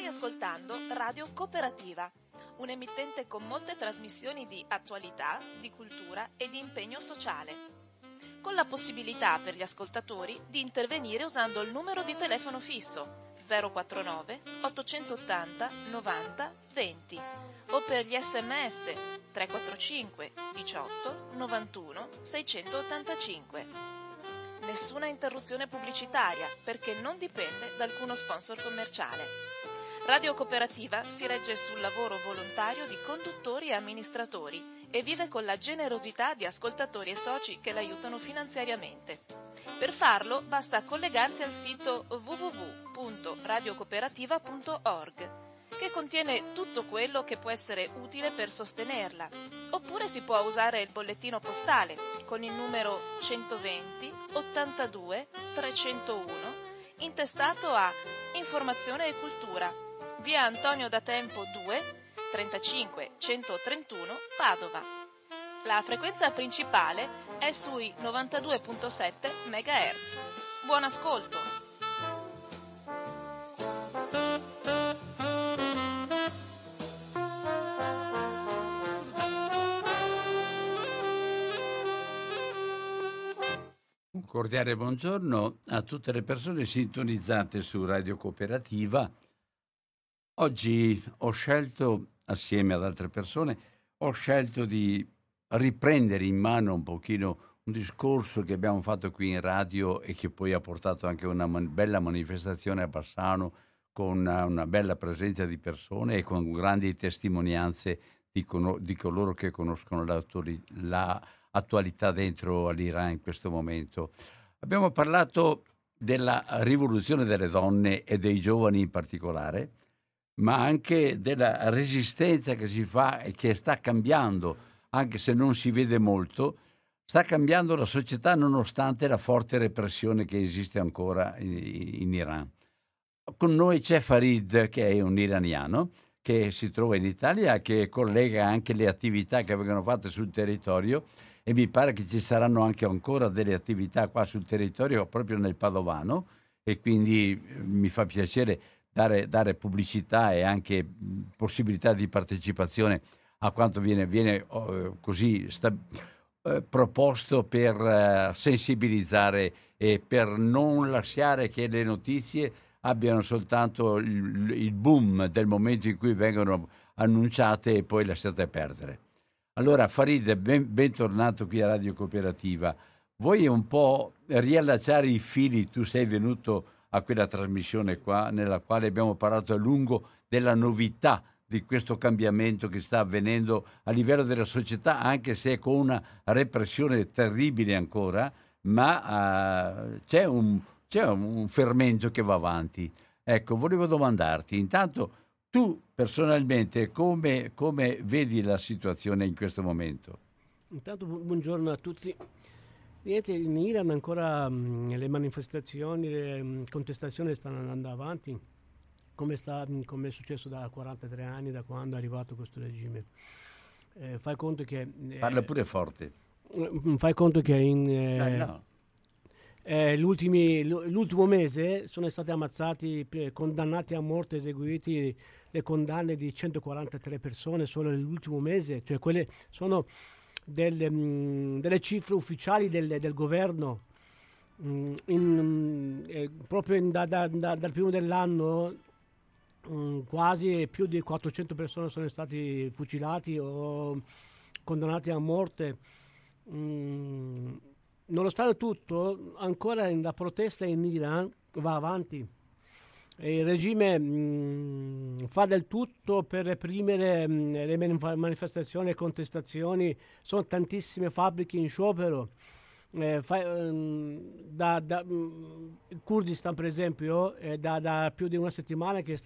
Stai ascoltando Radio Cooperativa, un emittente con molte trasmissioni di attualità, di cultura e di impegno sociale, con la possibilità per gli ascoltatori di intervenire usando il numero di telefono fisso 049 880 90 20 o per gli SMS 345 18 91 685. Nessuna interruzione pubblicitaria perché non dipende da alcuno sponsor commerciale. Radio Cooperativa si regge sul lavoro volontario di conduttori e amministratori e vive con la generosità di ascoltatori e soci che l'aiutano finanziariamente. Per farlo basta collegarsi al sito www.radiocooperativa.org, che contiene tutto quello che può essere utile per sostenerla, oppure si può usare il bollettino postale con il numero 120 82 301 intestato a Informazione e Cultura, via Antonio da Tempo 2 35 131 Padova. La frequenza principale è sui 92.7 MHz. Buon ascolto! Un cordiale buongiorno a tutte le persone sintonizzate su Radio Cooperativa. Oggi ho scelto, assieme ad altre persone, di riprendere in mano un pochino un discorso che abbiamo fatto qui in radio e che poi ha portato anche una bella manifestazione a Bassano con una bella presenza di persone e con grandi testimonianze di coloro che conoscono l'attualità dentro all'Iran in questo momento. Abbiamo parlato della rivoluzione delle donne e dei giovani in particolare, ma anche della resistenza che si fa e che sta cambiando, anche se non si vede molto, sta cambiando la società nonostante la forte repressione che esiste ancora in Iran. Con noi c'è Farid, che è un iraniano, che si trova in Italia, che collega anche le attività che vengono fatte sul territorio, e mi pare che ci saranno anche ancora delle attività qua sul territorio, proprio nel Padovano, e quindi mi fa piacere dare pubblicità e anche possibilità di partecipazione a quanto viene così proposto per sensibilizzare e per non lasciare che le notizie abbiano soltanto il boom del momento in cui vengono annunciate e poi lasciate perdere. Allora Farid, bentornato qui a Radio Cooperativa. Vuoi un po' riallacciare i fili? Tu sei venuto a quella trasmissione qua nella quale abbiamo parlato a lungo della novità di questo cambiamento che sta avvenendo a livello della società, anche se con una repressione terribile ancora, ma c'è un fermento che va avanti. Ecco, volevo domandarti, intanto tu personalmente come vedi la situazione in questo momento? Intanto buongiorno a tutti. Niente, in Iran ancora le manifestazioni, le contestazioni stanno andando avanti, come è successo da 43 anni, da quando è arrivato questo regime. Fai conto che... Parla pure forte. Fai conto che l'ultimo mese sono stati ammazzati, condannati a morte, eseguiti le condanne di 143 persone solo nell'ultimo mese, cioè quelle sono delle cifre ufficiali del governo. Proprio dal primo dell'anno quasi più di 400 persone sono stati fucilati o condannati a morte. Nonostante tutto, ancora la protesta in Iran va avanti. E il regime fa del tutto per reprimere le manifestazioni e contestazioni. Sono tantissime fabbriche in sciopero. Il Kurdistan, per esempio, da più di una settimana che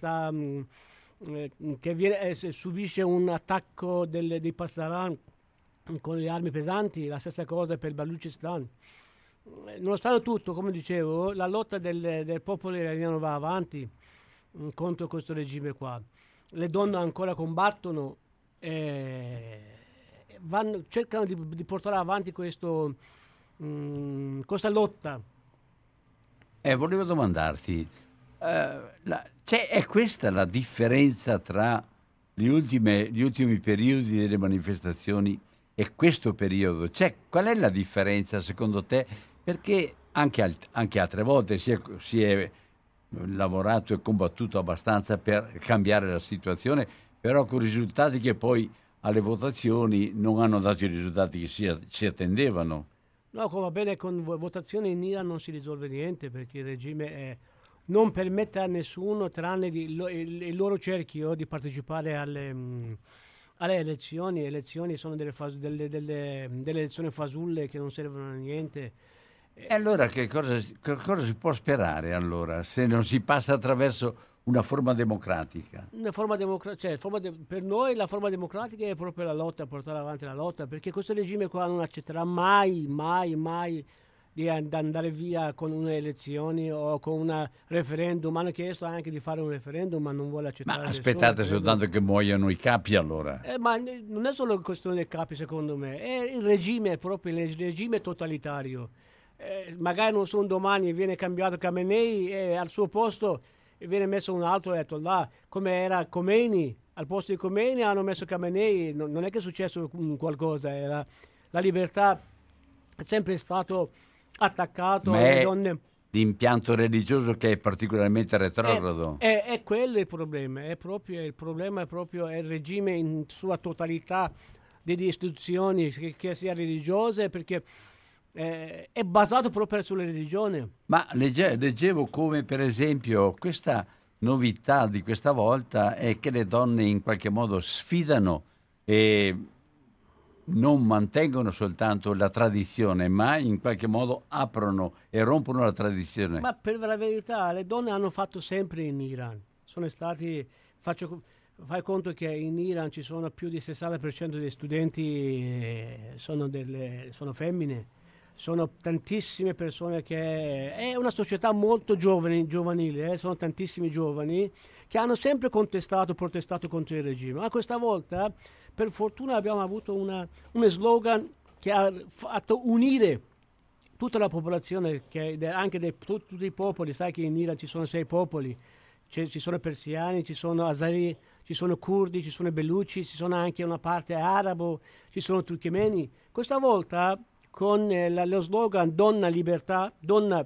subisce un attacco dei Pasdaran con le armi pesanti, la stessa cosa per il Baluchistan. Nonostante tutto, come dicevo, la lotta del popolo iraniano va avanti contro questo regime qua. Le donne ancora combattono, cercano di portare avanti questa lotta. Volevo domandarti, È questa la differenza tra gli ultimi periodi delle manifestazioni e questo periodo? Qual è la differenza secondo te? Perché anche altre volte si è lavorato e combattuto abbastanza per cambiare la situazione, però con risultati che poi alle votazioni non hanno dato i risultati che si attendevano. No, come va bene, con votazioni in Iran non si risolve niente, perché il regime non permette a nessuno, tranne il loro cerchio, di partecipare alle elezioni. Le elezioni sono delle elezioni fasulle che non servono a niente. E allora che cosa si può sperare allora, se non si passa attraverso una forma democratica? Per noi la forma democratica è proprio la lotta, portare avanti la lotta, perché questo regime qua non accetterà mai di andare via con une elezioni o con un referendum. Hanno chiesto anche di fare un referendum, ma non vuole accettare. Ma aspettate soltanto che muoiano i capi allora. Ma non è solo questione dei capi, secondo me, è il regime, proprio il regime totalitario. Magari non sono domani viene cambiato Khamenei e al suo posto viene messo un altro Ayatollah, come era Khomeini. Al posto di Khomeini hanno messo Khamenei. Non è che è successo qualcosa, era la libertà, è sempre stato attaccato alle donne. L'impianto religioso che è particolarmente retrogrado. È quello il problema, il problema è proprio il regime in sua totalità di istituzioni, che sia religiose, perché è basato proprio sulla religione. Ma leggevo come, per esempio, questa novità di questa volta è che le donne in qualche modo sfidano e non mantengono soltanto la tradizione, ma in qualche modo aprono e rompono la tradizione. Ma per la verità, le donne hanno fatto sempre in Iran. Sono stati, fai conto che in Iran ci sono più del 60% degli studenti sono femmine. Sono tantissime persone è una società molto giovanile, sono tantissimi giovani che hanno sempre protestato contro il regime. Ma questa volta, per fortuna, abbiamo avuto uno slogan che ha fatto unire tutta la popolazione, anche tutti i popoli. Sai che in Iran ci sono 6 popoli, ci sono persiani, ci sono azeri, ci sono curdi, ci sono beluci, ci sono anche una parte arabo, ci sono turchemeni. Questa volta, con lo slogan donna libertà, donna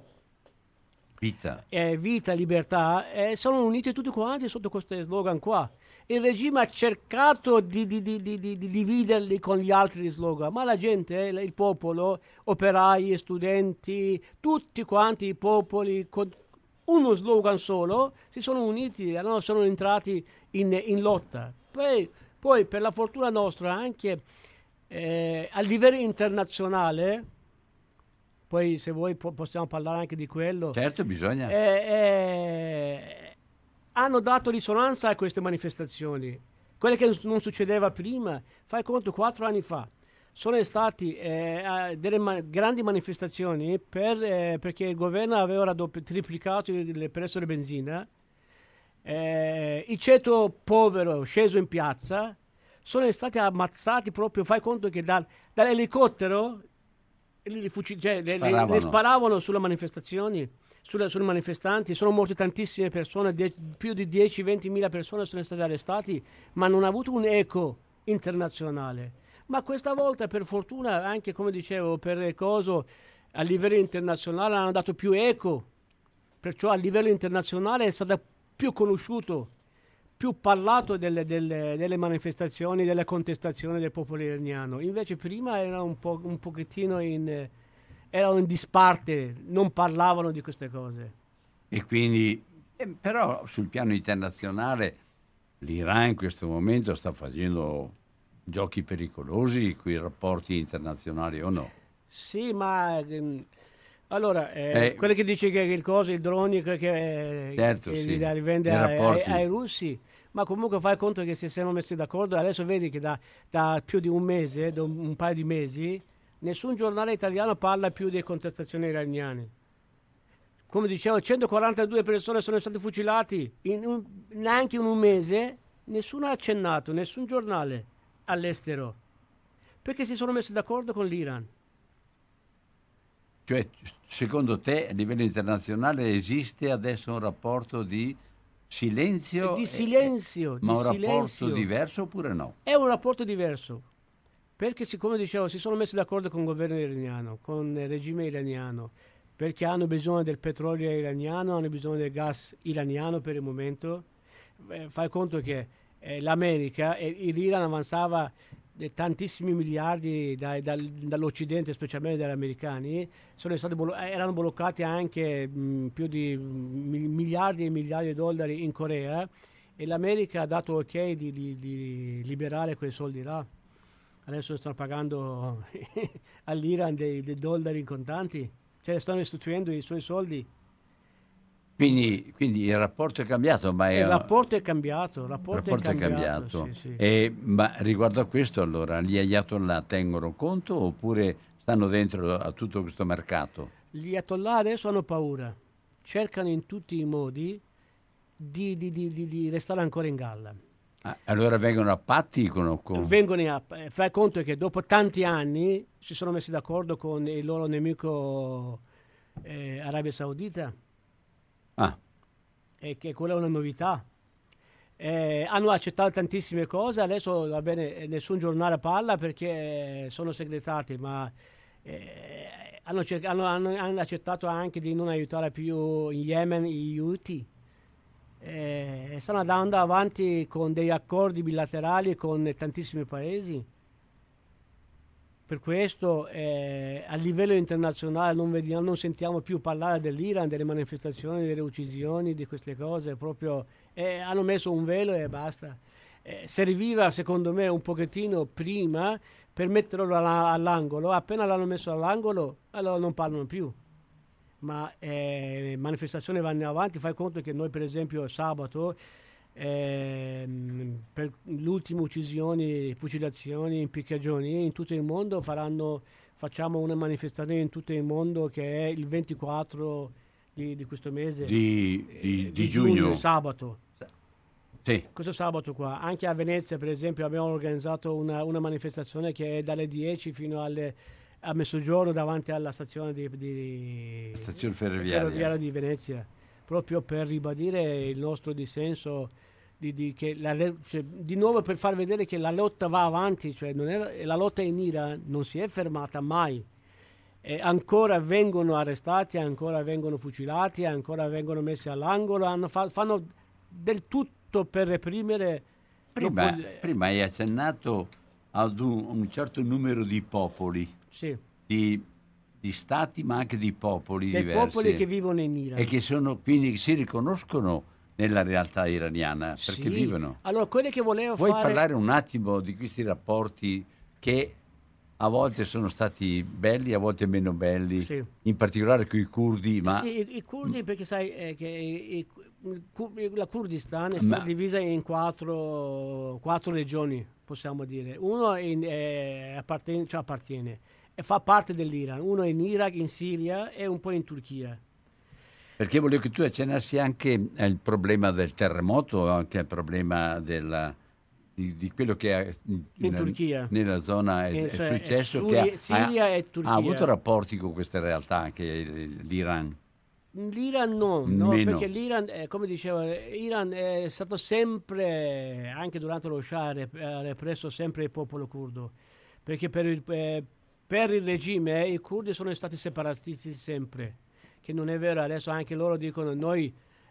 vita libertà, sono uniti tutti quanti sotto questo slogan qua. Il regime ha cercato di dividerli con gli altri slogan, ma la gente, il popolo, operai, studenti, tutti quanti i popoli con uno slogan solo si sono uniti, sono entrati in lotta. Poi per la fortuna nostra anche a livello internazionale, poi se vuoi possiamo parlare anche di quello. Certo, bisogna. Hanno dato risonanza a queste manifestazioni, quelle che non succedeva prima. Fai conto, 4 anni fa sono stati delle grandi manifestazioni perché il governo aveva triplicato il prezzo della benzina. Il ceto povero sceso in piazza, sono stati ammazzati proprio. Fai conto che dall'elicottero le sparavano sulle manifestazioni, sui manifestanti. Sono morte tantissime persone, più di 10-20 mila persone sono state arrestate, ma non ha avuto un eco internazionale. Ma questa volta, per fortuna, anche come dicevo, per il coso a livello internazionale hanno dato più eco, perciò a livello internazionale è stato più conosciuto, più parlato delle manifestazioni, delle contestazioni del popolo iraniano. Invece prima era un pochettino erano in disparte, non parlavano di queste cose. E quindi, però sul piano internazionale l'Iran in questo momento sta facendo giochi pericolosi con i rapporti internazionali, o no? Sì, ma allora, quello che dice che il droni certo, che sì, li rivende ai russi, ma comunque fai conto che si siano messi d'accordo. Adesso vedi che da più di un mese, da un paio di mesi, nessun giornale italiano parla più di contestazioni iraniane. Come dicevo, 142 persone sono state fucilate neanche in un mese. Nessuno ha accennato, nessun giornale all'estero, perché si sono messi d'accordo con l'Iran. Cioè, secondo te, a livello internazionale esiste adesso un rapporto di silenzio? Di silenzio, ma di un rapporto silenzio. diverso oppure no? È un rapporto diverso, perché siccome dicevo si sono messi d'accordo con il governo iraniano, con il regime iraniano, perché hanno bisogno del petrolio iraniano, hanno bisogno del gas iraniano per il momento. Fai conto che l'America e l'Iran avanzava tantissimi miliardi dall'Occidente, specialmente dagli americani, erano bloccati anche più di miliardi e miliardi di dollari in Corea, e l'America ha dato ok di liberare quei soldi là. Adesso stanno pagando all'Iran dei dollari in contanti, cioè stanno restituendo i suoi soldi. Quindi il rapporto è cambiato, ma Il rapporto è cambiato, il rapporto è cambiato. Sì, sì. Ma riguardo a questo, allora, gli Ayatollah tengono conto oppure stanno dentro a tutto questo mercato? Gli Ayatollah adesso hanno paura, cercano in tutti i modi di restare ancora in galla. Allora vengono a patti Fai conto che dopo tanti anni si sono messi d'accordo con il loro nemico Arabia Saudita. E che quella è una novità. Hanno accettato tantissime cose, adesso va bene, nessun giornale parla perché sono segretati, ma hanno accettato anche di non aiutare più in Yemen gli Houthi. Stanno andando avanti con degli accordi bilaterali con tantissimi paesi. Per questo a livello internazionale non sentiamo più parlare dell'Iran, delle manifestazioni, delle uccisioni, di queste cose. Proprio hanno messo un velo e basta. Serviva secondo me un pochettino prima per metterlo all'angolo. Appena l'hanno messo all'angolo, allora non parlano più. Ma manifestazioni vanno avanti. Fai conto che noi per esempio sabato per le ultime uccisioni, fucilazioni, impiccagioni in tutto il mondo facciamo una manifestazione in tutto il mondo che è il 24 di questo mese di giugno, sabato. Sì. Questo sabato qua anche a Venezia per esempio abbiamo organizzato una manifestazione che è dalle 10 fino a mezzogiorno davanti alla stazione stazione ferroviaria di Venezia, proprio per ribadire il nostro dissenso di nuovo, per far vedere che la lotta va avanti, cioè la lotta in Iran non si è fermata mai. Ancora vengono arrestati, ancora vengono fucilati, ancora vengono messi all'angolo, fanno del tutto per reprimere. Prima hai accennato ad un certo numero di popoli, sì, di stati, ma anche di popoli diversi. Popoli che vivono in Iran. E che quindi si riconoscono nella realtà iraniana, perché vivono. Allora, quelli che volevo Vuoi parlare un attimo di questi rapporti che a volte sono stati belli, a volte meno belli, sì, in particolare con i curdi? Sì, i curdi, perché sai che la Kurdistan è stata divisa in quattro regioni, possiamo dire. Uno appartiene e fa parte dell'Iran, uno è in Iraq, in Siria e un po' in Turchia. Perché volevo che tu accennassi anche al problema del terremoto, anche al problema di quello che in Turchia, nella zona è successo, Siria e Turchia. Ha avuto rapporti con queste realtà anche l'Iran? L'Iran no, perché l'Iran, come dicevo, l'Iran è stato sempre, anche durante lo Shah, ha represso sempre il popolo curdo, perché per il regime i curdi sono stati separatisti sempre, che non è vero. Adesso anche loro dicono noi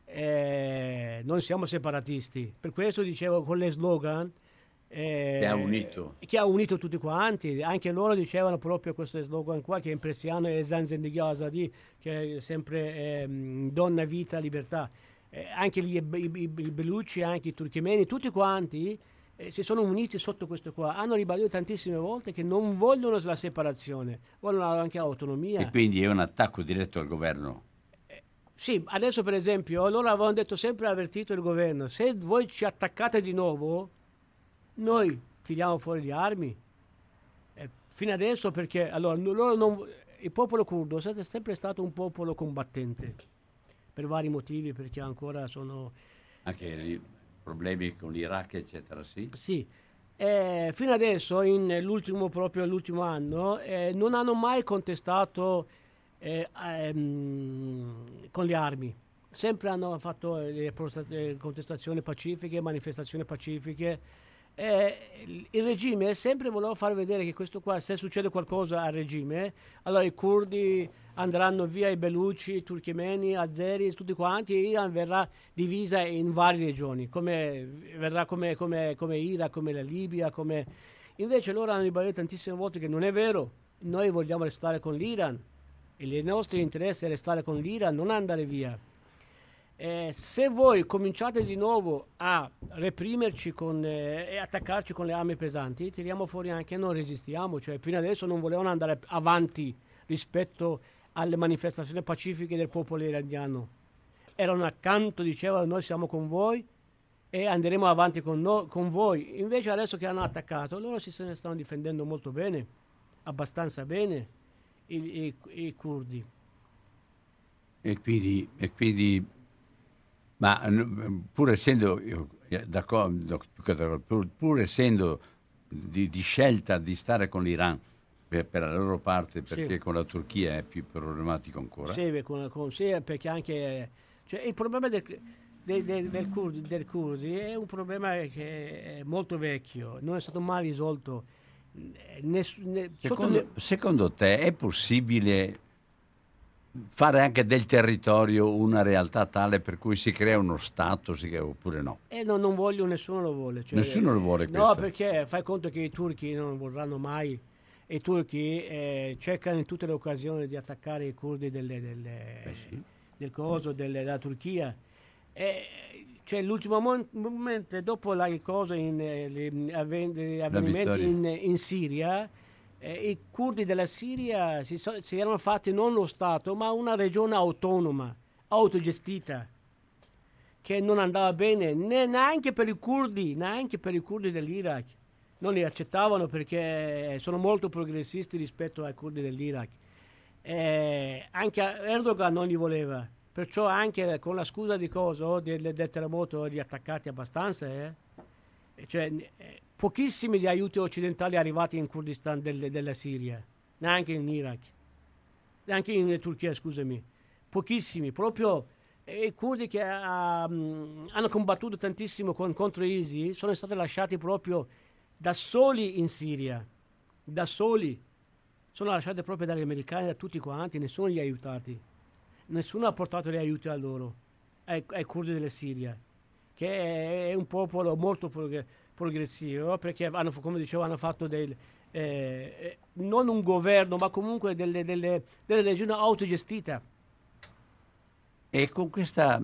non siamo separatisti. Per questo dicevo con le slogan che ha unito tutti quanti. Anche loro dicevano proprio questo slogan qua, che in persiano è Zan Zendegi Azadi, che è sempre donna, vita, libertà. Anche i Beluci, anche i turchemeni, tutti quanti si sono uniti sotto questo qua. Hanno ribadito tantissime volte che non vogliono la separazione, vogliono anche l'autonomia. E quindi è un attacco diretto al governo. Sì, adesso per esempio loro avevano detto, sempre avvertito il governo: se voi ci attaccate di nuovo noi tiriamo fuori le armi. Fino adesso, perché allora il popolo curdo è sempre stato un popolo combattente per vari motivi, perché ancora sono anche problemi con l'Iraq eccetera. Sì. Fino adesso l'ultimo anno non hanno mai contestato con le armi. Sempre hanno fatto le contestazioni pacifiche, manifestazioni pacifiche. Il regime sempre voleva far vedere che questo qua, se succede qualcosa al regime, allora i curdi andranno via, i beluci, i turchemeni, azeri, tutti quanti, e Iran verrà divisa in varie regioni, verrà come Iraq, come la Libia, Invece loro hanno ribadito tantissime volte che non è vero, noi vogliamo restare con l'Iran, e il nostro interesse è restare con l'Iran, non andare via. Se voi cominciate di nuovo a reprimerci e attaccarci con le armi pesanti, tiriamo fuori anche noi, resistiamo. Cioè, fino adesso non volevano andare avanti rispetto alle manifestazioni pacifiche del popolo iraniano. Erano accanto, dicevano noi siamo con voi e andremo avanti con voi. Invece adesso che hanno attaccato, loro se ne stanno difendendo molto bene, abbastanza bene, i curdi. E quindi ma pur essendo pur essendo di scelta di stare con l'Iran per la loro parte, perché con la Turchia è più problematico ancora. Sì, sì, perché anche cioè, il problema del curdi è un problema che è molto vecchio, non è stato mai risolto. Secondo te è possibile fare anche del territorio una realtà tale per cui si crea uno Stato, oppure no? Non voglio, nessuno lo vuole. Cioè, nessuno lo vuole questo. No, perché fai conto che i turchi non vorranno mai. I turchi cercano in tutte le occasioni di attaccare i curdi del coso, della Turchia. Cioè, l'ultimo momento, dopo gli avvenimenti in Siria, i curdi della Siria si erano fatti non lo Stato, ma una regione autonoma, autogestita, che non andava bene neanche per i curdi dell'Iraq. Non li accettavano perché sono molto progressisti rispetto ai curdi dell'Iraq. Anche Erdogan non li voleva, perciò anche con la scusa di del terremoto li attaccati abbastanza. Cioè, pochissimi di aiuti occidentali arrivati in Kurdistan della Siria, neanche in Iraq, neanche in Turchia, scusami. Pochissimi, proprio i curdi che hanno combattuto tantissimo contro ISIS sono stati lasciati proprio da soli in Siria, da soli. Sono lasciati proprio dagli americani, da tutti quanti, nessuno li ha aiutati. Nessuno ha portato gli aiuti a loro, ai curdi della Siria, che è un popolo molto progressivo, perché come dicevo, hanno fatto non un governo, ma comunque delle regioni autogestite. E con questa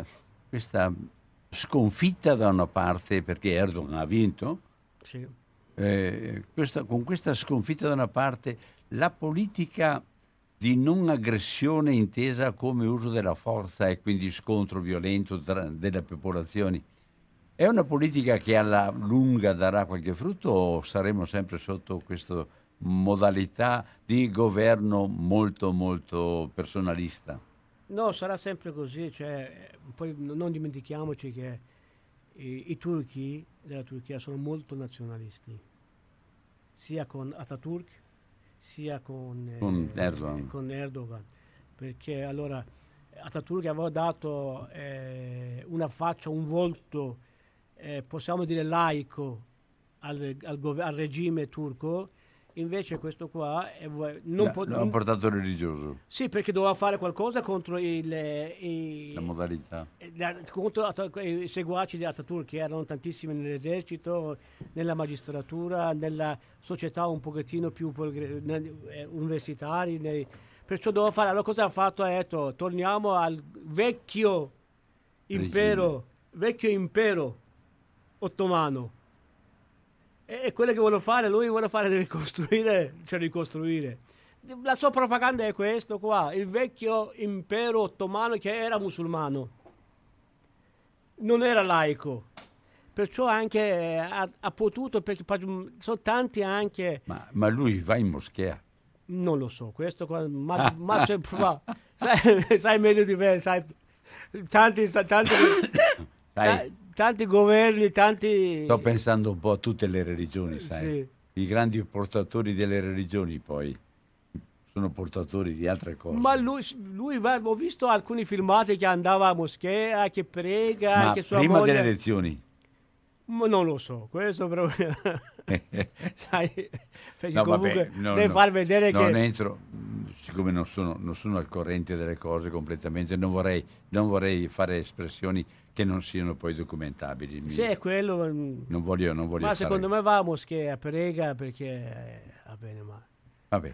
sconfitta da una parte, perché Erdogan ha vinto, sì. Con questa sconfitta da una parte, la politica di non aggressione intesa come uso della forza e quindi scontro violento delle popolazioni, è una politica che alla lunga darà qualche frutto, o saremo sempre sotto questa modalità di governo molto molto personalista? No, sarà sempre così. Cioè, poi non dimentichiamoci che i turchi della Turchia sono molto nazionalisti, sia con Atatürk sia con Erdogan, perché allora Atatürk aveva dato una faccia, un volto, possiamo dire laico al regime turco. Invece questo qua l'ha portato religioso. Sì, perché doveva fare qualcosa contro la modalità, contro i seguaci di Atatürk, che erano tantissimi nell'esercito, nella magistratura, nella società un pochettino più universitari. Perciò doveva fare. Allora cosa ha fatto? Ha detto: torniamo al vecchio impero ottomano. E quello che vuole fare, lui vuole fare ricostruire. La sua propaganda è questo qua, il vecchio impero ottomano che era musulmano, non era laico. Perciò anche ha potuto, perché sono tanti anche... Ma lui va in moschea? Non lo so, questo qua, sai meglio di me, sai, tanti governi, tanti... Sto pensando un po' a tutte le religioni, sai? Sì. I grandi portatori delle religioni poi sono portatori di altre cose. Ma ho visto alcuni filmati che andava a moschea, che prega, Ma che sua prima moglie... delle elezioni? Ma non lo so, questo proprio... Sai, perché No, comunque vabbè, deve far vedere non che... entro, siccome non sono al corrente delle cose completamente, non vorrei fare espressioni che non siano poi documentabili. Sì, è quello... Non voglio Ma secondo me va a moschea, prega, perché... va bene, ma... Vabbè.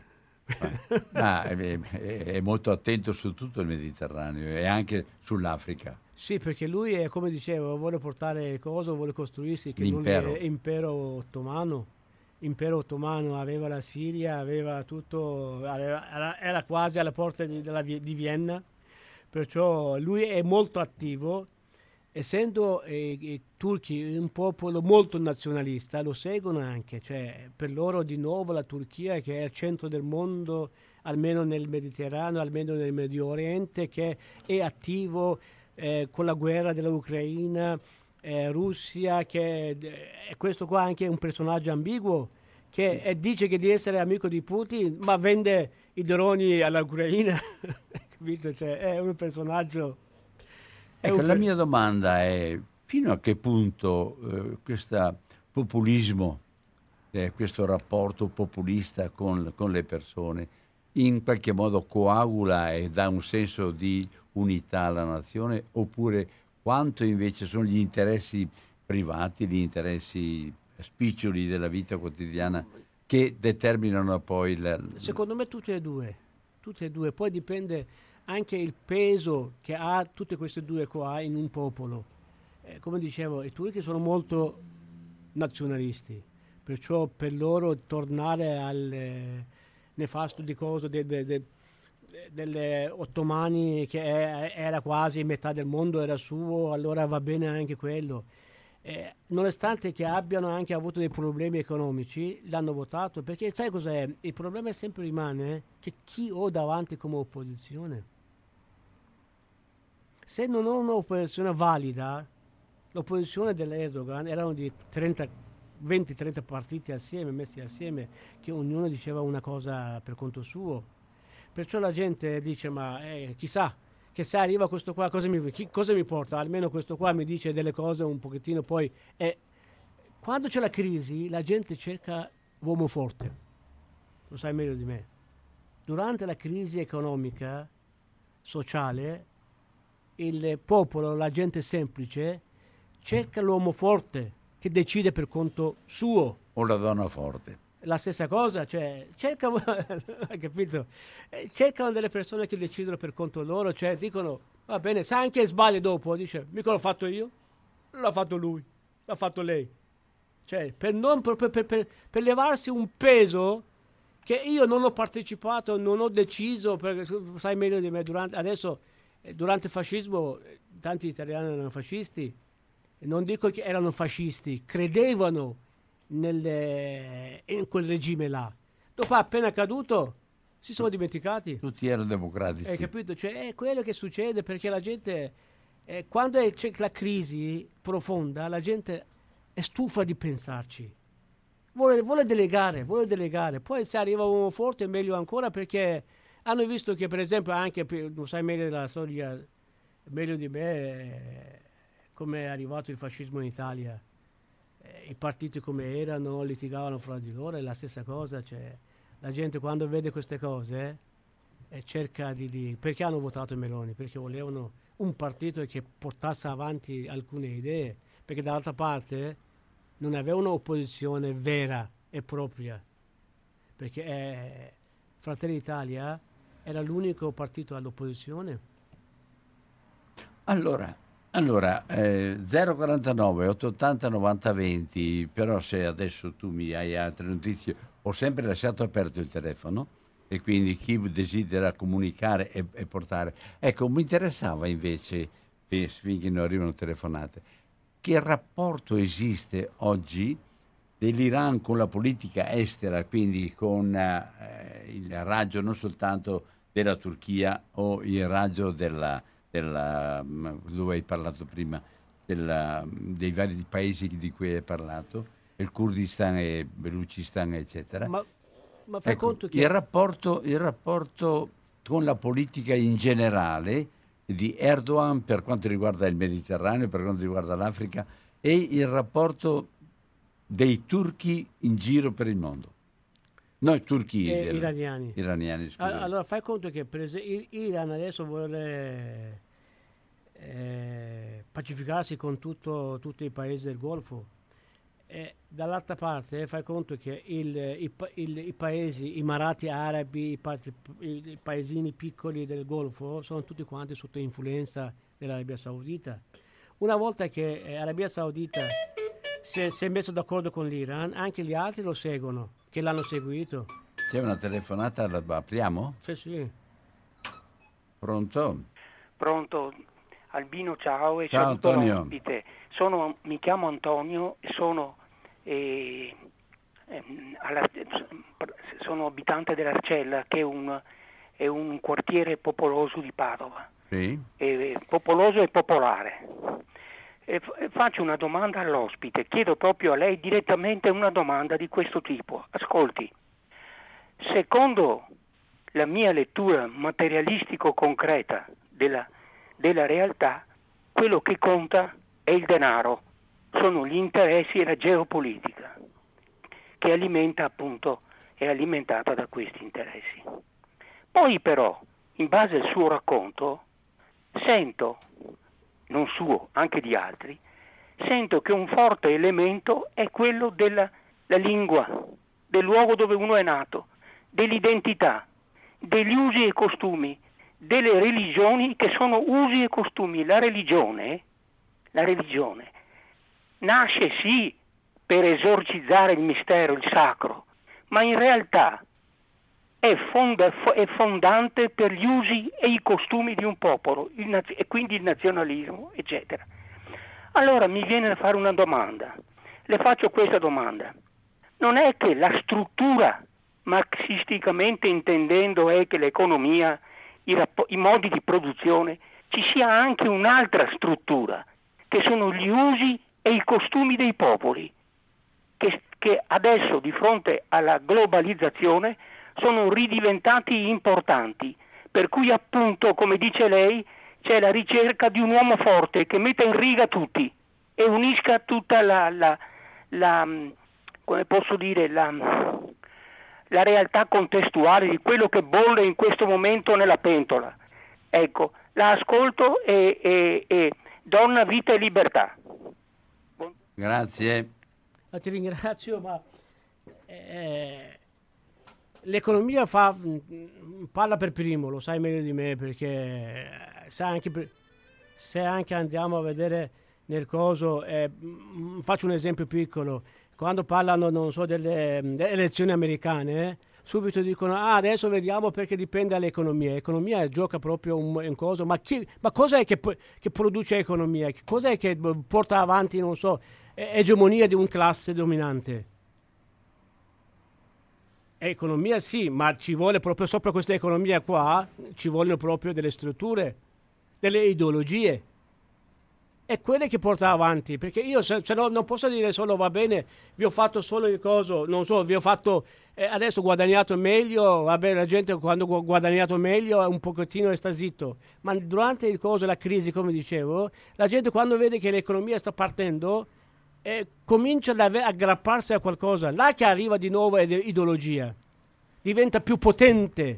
È molto attento su tutto il Mediterraneo e anche sull'Africa. Sì, perché lui è, come dicevo, vuole portare cosa, vuole costruirsi che L'impero. Non è impero ottomano. Impero ottomano aveva la Siria, aveva tutto, era quasi alla porta di Vienna, perciò lui è molto attivo. Essendo i turchi un popolo molto nazionalista, lo seguono anche, cioè per loro di nuovo la Turchia, che è il centro del mondo, almeno nel Mediterraneo, almeno nel Medio Oriente, che è attivo con la guerra dell'Ucraina, Russia, che è questo qua anche è un personaggio ambiguo, che dice che di essere amico di Putin, ma vende i droni all'Ucraina, capito? Cioè, è un personaggio... Ecco, la mia domanda è fino a che punto questo populismo, questo rapporto populista con le persone, in qualche modo coagula e dà un senso di unità alla nazione, oppure quanto invece sono gli interessi privati, gli interessi spiccioli della vita quotidiana che determinano poi Secondo me tutte e due, poi dipende anche il peso che ha tutte queste due qua in un popolo. Come dicevo, i turchi sono molto nazionalisti, perciò per loro tornare al nefasto di cosa delle ottomani, che era quasi metà del mondo era suo, allora va bene anche quello. Nonostante che abbiano anche avuto dei problemi economici, l'hanno votato, perché sai cos'è? Il problema sempre rimane che chi ho davanti come opposizione. Se non ho un'opposizione valida, l'opposizione dell'Erdogan erano di 20-30 partiti assieme, messi assieme, che ognuno diceva una cosa per conto suo. Perciò la gente dice, ma chissà, che se arriva questo qua, cosa mi porta? Almeno questo qua mi dice delle cose un pochettino, poi... quando c'è la crisi, la gente cerca uomo forte. Lo sai meglio di me. Durante la crisi economica, sociale, il popolo, la gente semplice, cerca l'uomo forte che decide per conto suo. O la donna forte. La stessa cosa, cioè, cercano, capito? Cercano delle persone che decidono per conto loro, cioè dicono, va bene, sa anche sbaglia dopo, dice, mica l'ho fatto io, l'ha fatto lui, l'ha fatto lei. Cioè, per levarsi un peso che io non ho partecipato, non ho deciso, perché sai meglio di me, durante il fascismo tanti italiani erano fascisti, non dico che erano fascisti, credevano in quel regime là. Dopo appena caduto si sono dimenticati. Tutti erano democratici. Hai capito? Cioè, è quello che succede, perché la gente, quando c'è la crisi profonda, la gente è stufa di pensarci. Vuole delegare. Poi se arriva uno forte è meglio ancora, perché hanno visto che, per esempio, anche, lo sai meglio della storia, meglio di me, come è arrivato il fascismo in Italia. I partiti come erano, litigavano fra di loro, è la stessa cosa. Cioè, la gente quando vede queste cose cerca di... Perché hanno votato Meloni? Perché volevano un partito che portasse avanti alcune idee, perché dall'altra parte non avevano un'opposizione vera e propria, perché Fratelli d'Italia era l'unico partito all'opposizione. Allora 049 880 90 20, però se adesso tu mi hai altre notizie, ho sempre lasciato aperto il telefono e quindi chi desidera comunicare e portare. Ecco, mi interessava invece, finché non arrivano telefonate, che rapporto esiste oggi dell'Iran con la politica estera, quindi con il raggio non soltanto della Turchia o il raggio dove hai parlato prima, dei vari paesi di cui hai parlato, il Kurdistan e Belucistan, eccetera. Ma fai Ecco, conto che il rapporto con la politica in generale di Erdogan per quanto riguarda il Mediterraneo, per quanto riguarda l'Africa, e il rapporto dei turchi in giro per il mondo. Noi turchi iraniani, scusa. Allora fai conto che l'Iran adesso vuole pacificarsi con tutti i paesi del Golfo. E dall'altra parte fai conto che i paesi, i Emirati Arabi, i paesini piccoli del Golfo sono tutti quanti sotto influenza dell'Arabia Saudita. Una volta che l'Arabia Saudita si è messo d'accordo con l'Iran, anche gli altri lo seguono, che l'hanno seguito. C'è una telefonata, la apriamo? Sì. Pronto? Pronto, Albino, ciao e Ciao saluto Antonio. l'ospite. Mi chiamo Antonio e sono abitante dell'Arcella, che è un quartiere popoloso di Padova. Sì. Popoloso e popolare. Faccio una domanda all'ospite, chiedo proprio a lei direttamente una domanda di questo tipo. Ascolti, secondo la mia lettura materialistico-concreta della realtà, quello che conta è il denaro, sono gli interessi e la geopolitica, che è alimentata da questi interessi. Poi però, in base al suo racconto, sento, non suo, anche di altri, sento che un forte elemento è quello della lingua, del luogo dove uno è nato, dell'identità, degli usi e costumi, delle religioni che sono usi e costumi. La religione nasce sì per esorcizzare il mistero, il sacro, ma in realtà è fondante per gli usi e i costumi di un popolo, e quindi il nazionalismo, eccetera. Allora mi viene da fare una domanda, le faccio questa domanda: non è che la struttura, marxisticamente intendendo, è che l'economia, i modi di produzione, ci sia anche un'altra struttura, che sono gli usi e i costumi dei popoli, che adesso di fronte alla globalizzazione sono ridiventati importanti, per cui appunto, come dice lei, c'è la ricerca di un uomo forte che metta in riga tutti e unisca tutta la come posso dire, la realtà contestuale di quello che bolle in questo momento nella pentola. Ecco, la ascolto e donna, vita e libertà. Grazie. Ti ringrazio, ma l'economia parla per primo, lo sai meglio di me, perché se anche andiamo a vedere nel coso, faccio un esempio piccolo, quando parlano, non so, delle elezioni americane, subito dicono adesso vediamo perché dipende dall'economia. L'economia gioca proprio un coso, ma cosa è che produce l'economia? Cosa è che porta avanti, non so, egemonia di un classe dominante? Economia sì, ma ci vuole proprio sopra questa economia qua, ci vogliono proprio delle strutture, delle ideologie. È quelle che porta avanti, perché io se no, non posso dire solo va bene, vi ho fatto solo il coso, non so, vi ho fatto adesso guadagnato meglio, vabbè, la gente quando ha guadagnato meglio un pochettino sta zitto, ma durante il coso, la crisi, come dicevo, la gente quando vede che l'economia sta partendo comincia ad aggrapparsi a qualcosa, là che arriva di nuovo è ideologia, diventa più potente,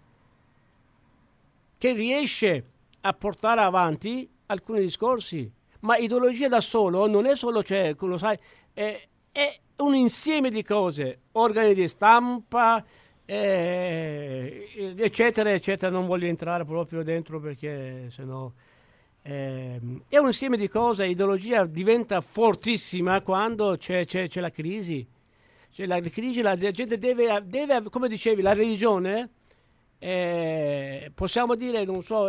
che riesce a portare avanti alcuni discorsi. Ma ideologia da solo non è solo, cioè, lo sai, è un insieme di cose, organi di stampa, eccetera, eccetera. Non voglio entrare proprio dentro perché sennò è un insieme di cose. Ideologia diventa fortissima quando c'è la crisi. Cioè, la crisi, la gente deve, come dicevi, la religione, possiamo dire, non so,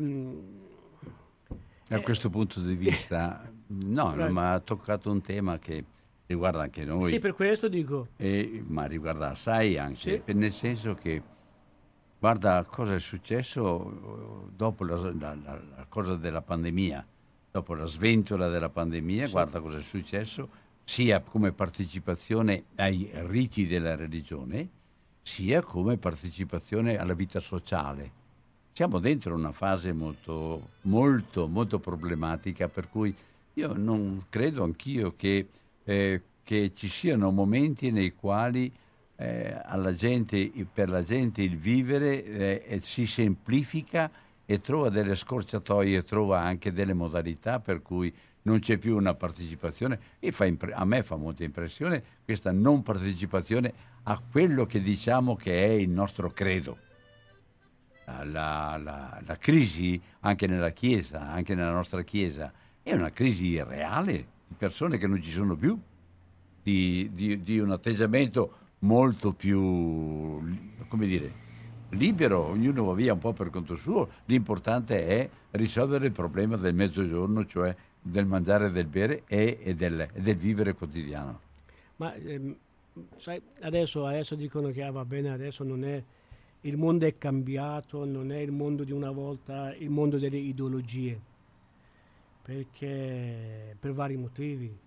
da questo punto di vista, no, ma ha toccato un tema che riguarda anche noi. Sì, per questo dico. Ma riguarda assai anche, sì. Nel senso che, guarda cosa è successo dopo la cosa della pandemia, dopo la sventola della pandemia, sì. Guarda cosa è successo, sia come partecipazione ai riti della religione, sia come partecipazione alla vita sociale. Siamo dentro una fase molto, molto, molto problematica, per cui io non credo anch'io che ci siano momenti nei quali alla gente, per la gente il vivere si semplifica e trova delle scorciatoie, trova anche delle modalità per cui non c'è più una partecipazione e a me fa molta impressione questa non partecipazione a quello che diciamo che è il nostro credo. La crisi anche nella Chiesa, anche nella nostra Chiesa, è una crisi reale di persone che non ci sono più, di un atteggiamento molto più, come dire, libero, ognuno va via un po' per conto suo, l'importante è risolvere il problema del mezzogiorno, cioè del mangiare, del bere e del vivere quotidiano. Ma sai, adesso dicono che va bene, adesso non è, il mondo è cambiato, non è il mondo di una volta, il mondo delle ideologie, perché per vari motivi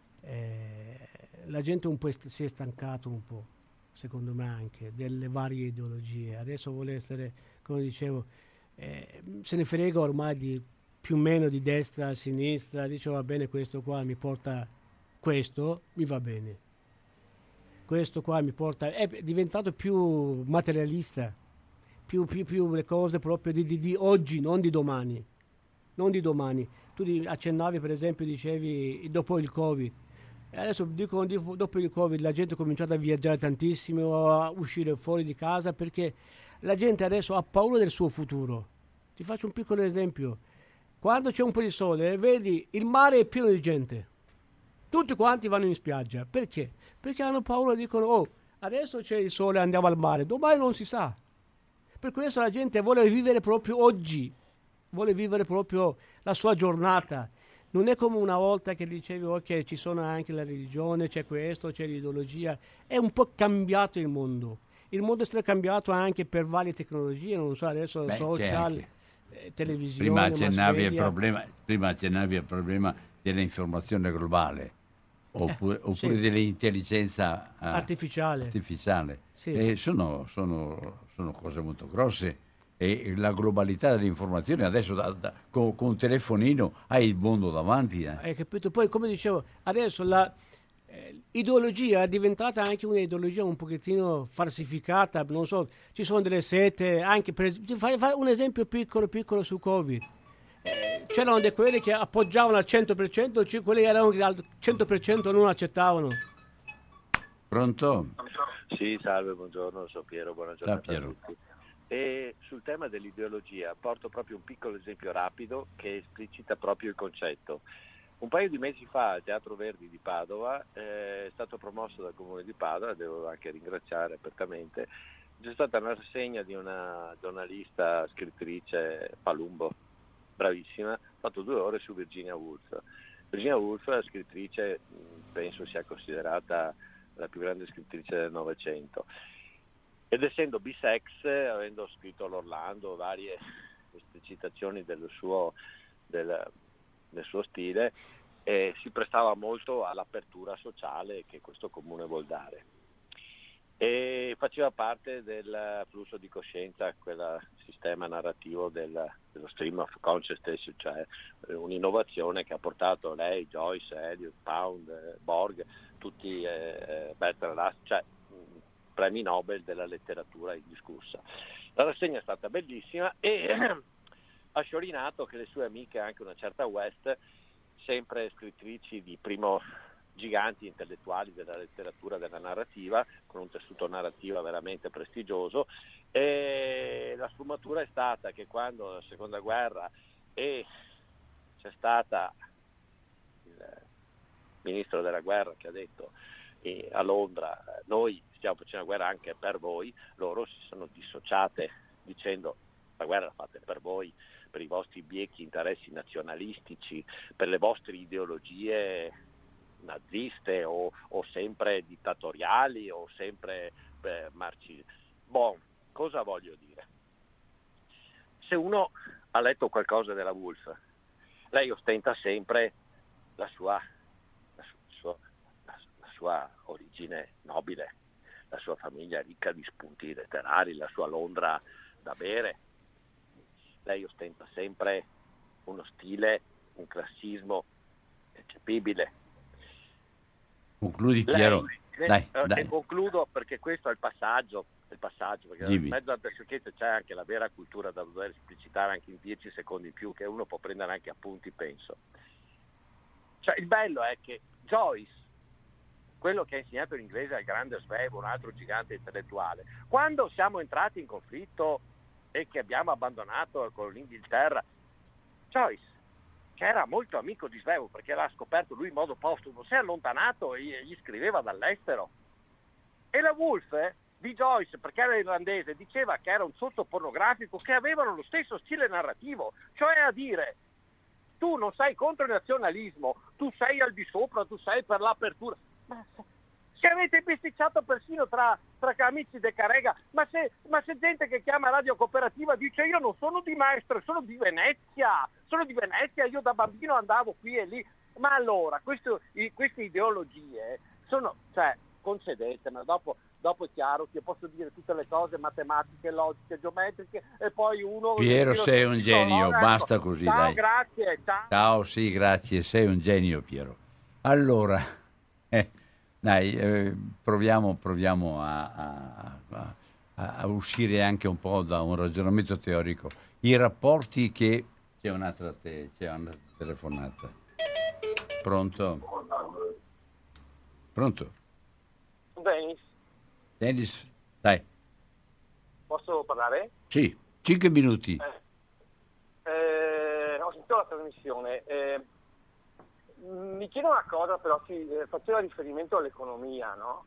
la gente un po' si è stancato un po', secondo me anche, delle varie ideologie. Adesso vuole essere, come dicevo, se ne frega ormai di più o meno di destra a sinistra, dice va bene, questo qua mi porta questo, mi va bene. Questo qua mi porta, è diventato più materialista, più le cose proprio di oggi, non di domani. Non di domani. Tu accennavi, per esempio, dicevi dopo il Covid. E adesso dicono dopo il Covid la gente ha cominciato a viaggiare tantissimo, a uscire fuori di casa, perché la gente adesso ha paura del suo futuro. Ti faccio un piccolo esempio. Quando c'è un po' di sole, vedi, il mare è pieno di gente. Tutti quanti vanno in spiaggia. Perché? Perché hanno paura, dicono, oh, adesso c'è il sole, andiamo al mare. Domani non si sa. Per questo la gente vuole vivere proprio oggi. Vuole vivere proprio la sua giornata. Non è come una volta che dicevi, ok, ci sono anche la religione, c'è questo, c'è l'ideologia. È un po' cambiato il mondo. Il mondo è stato cambiato anche per varie tecnologie, non so, adesso social, televisione, prima accennavi al problema dell'informazione globale, oppure sì, dell'intelligenza artificiale. Sì. Sono cose molto grosse. E la globalità dell'informazione adesso con un telefonino hai il mondo davanti. Hai capito? Poi, come dicevo, adesso l'ideologia è diventata anche un'ideologia un pochettino falsificata, non so, ci sono delle sette, anche fai un esempio piccolo su Covid. C'erano quelli che appoggiavano al 100%, quelli che erano al 100% non accettavano. Pronto? Sì, salve, buongiorno, sono Piero, buona giornata. Ciao, Piero. A tutti. E sul tema dell'ideologia porto proprio un piccolo esempio rapido che esplicita proprio il concetto. Un paio di mesi fa al Teatro Verdi di Padova è stato promosso dal Comune di Padova, devo anche ringraziare apertamente, c'è stata una rassegna di una giornalista, scrittrice Palumbo, bravissima, ha fatto 2 ore su Virginia Woolf. Virginia Woolf, la scrittrice, penso sia considerata la più grande scrittrice del Novecento. Ed essendo bisex, avendo scritto l'Orlando, varie esplicitazioni del suo stile, si prestava molto all'apertura sociale che questo comune vuol dare. E faceva parte del flusso di coscienza, quel sistema narrativo dello stream of consciousness, cioè un'innovazione che ha portato lei, Joyce, Eliot, Pound, Borg, tutti Bertrand Russell, cioè premi Nobel della letteratura indiscussa. La rassegna è stata bellissima e ha sciorinato che le sue amiche, anche una certa West, sempre scrittrici di primo, giganti intellettuali della letteratura, della narrativa, con un tessuto narrativo veramente prestigioso, e la sfumatura è stata che quando la seconda guerra c'è stata il ministro della guerra che ha detto a Londra noi stiamo facendo la guerra anche per voi, loro si sono dissociate dicendo la guerra la fate per voi, per i vostri biechi interessi nazionalistici, per le vostre ideologie naziste o sempre dittatoriali o sempre marxiste. Cosa voglio dire? Se uno ha letto qualcosa della Woolf, lei ostenta sempre la sua origine nobile, la sua famiglia ricca di spunti letterari, la sua Londra da bere. Lei ostenta sempre uno stile, un classismo ineccepibile. Concludi, Piero. Dai. E concludo, perché questo è il passaggio, perché in mezzo al pesciochetto c'è anche la vera cultura da dover esplicitare anche in 10 secondi in più, che uno può prendere anche appunti, penso. Cioè, il bello è che Joyce, quello che ha insegnato l'inglese al grande Svevo, un altro gigante intellettuale, quando siamo entrati in conflitto e che abbiamo abbandonato con l'Inghilterra, Joyce, che era molto amico di Svevo perché l'ha scoperto lui in modo postumo, si è allontanato e gli scriveva dall'estero. E la Woolf di Joyce, perché era irlandese, diceva che era un sottopornografico, che avevano lo stesso stile narrativo, cioè a dire: tu non sei contro il nazionalismo, tu sei al di sopra, tu sei per l'apertura. Ma se avete bisticciato persino tra amici de Carega, ma se gente che chiama Radio Cooperativa dice: io non sono di Mestre, sono di Venezia, io da bambino andavo qui e lì. Ma allora, queste ideologie sono, cioè, concedete, ma dopo è chiaro che posso dire tutte le cose matematiche, logiche, geometriche, e poi uno... Piero, sei un genio, basta così, ciao, dai. Grazie, ciao. Ciao, sì, grazie, sei un genio, Piero. Allora, proviamo a uscire anche un po' da un ragionamento teorico. I rapporti che... C'è un'altra telefonata. Pronto? Dennis, dai. Posso parlare? Sì, 5 minuti. Ho sentito la trasmissione. Mi chiedo una cosa, però faceva riferimento all'economia, no?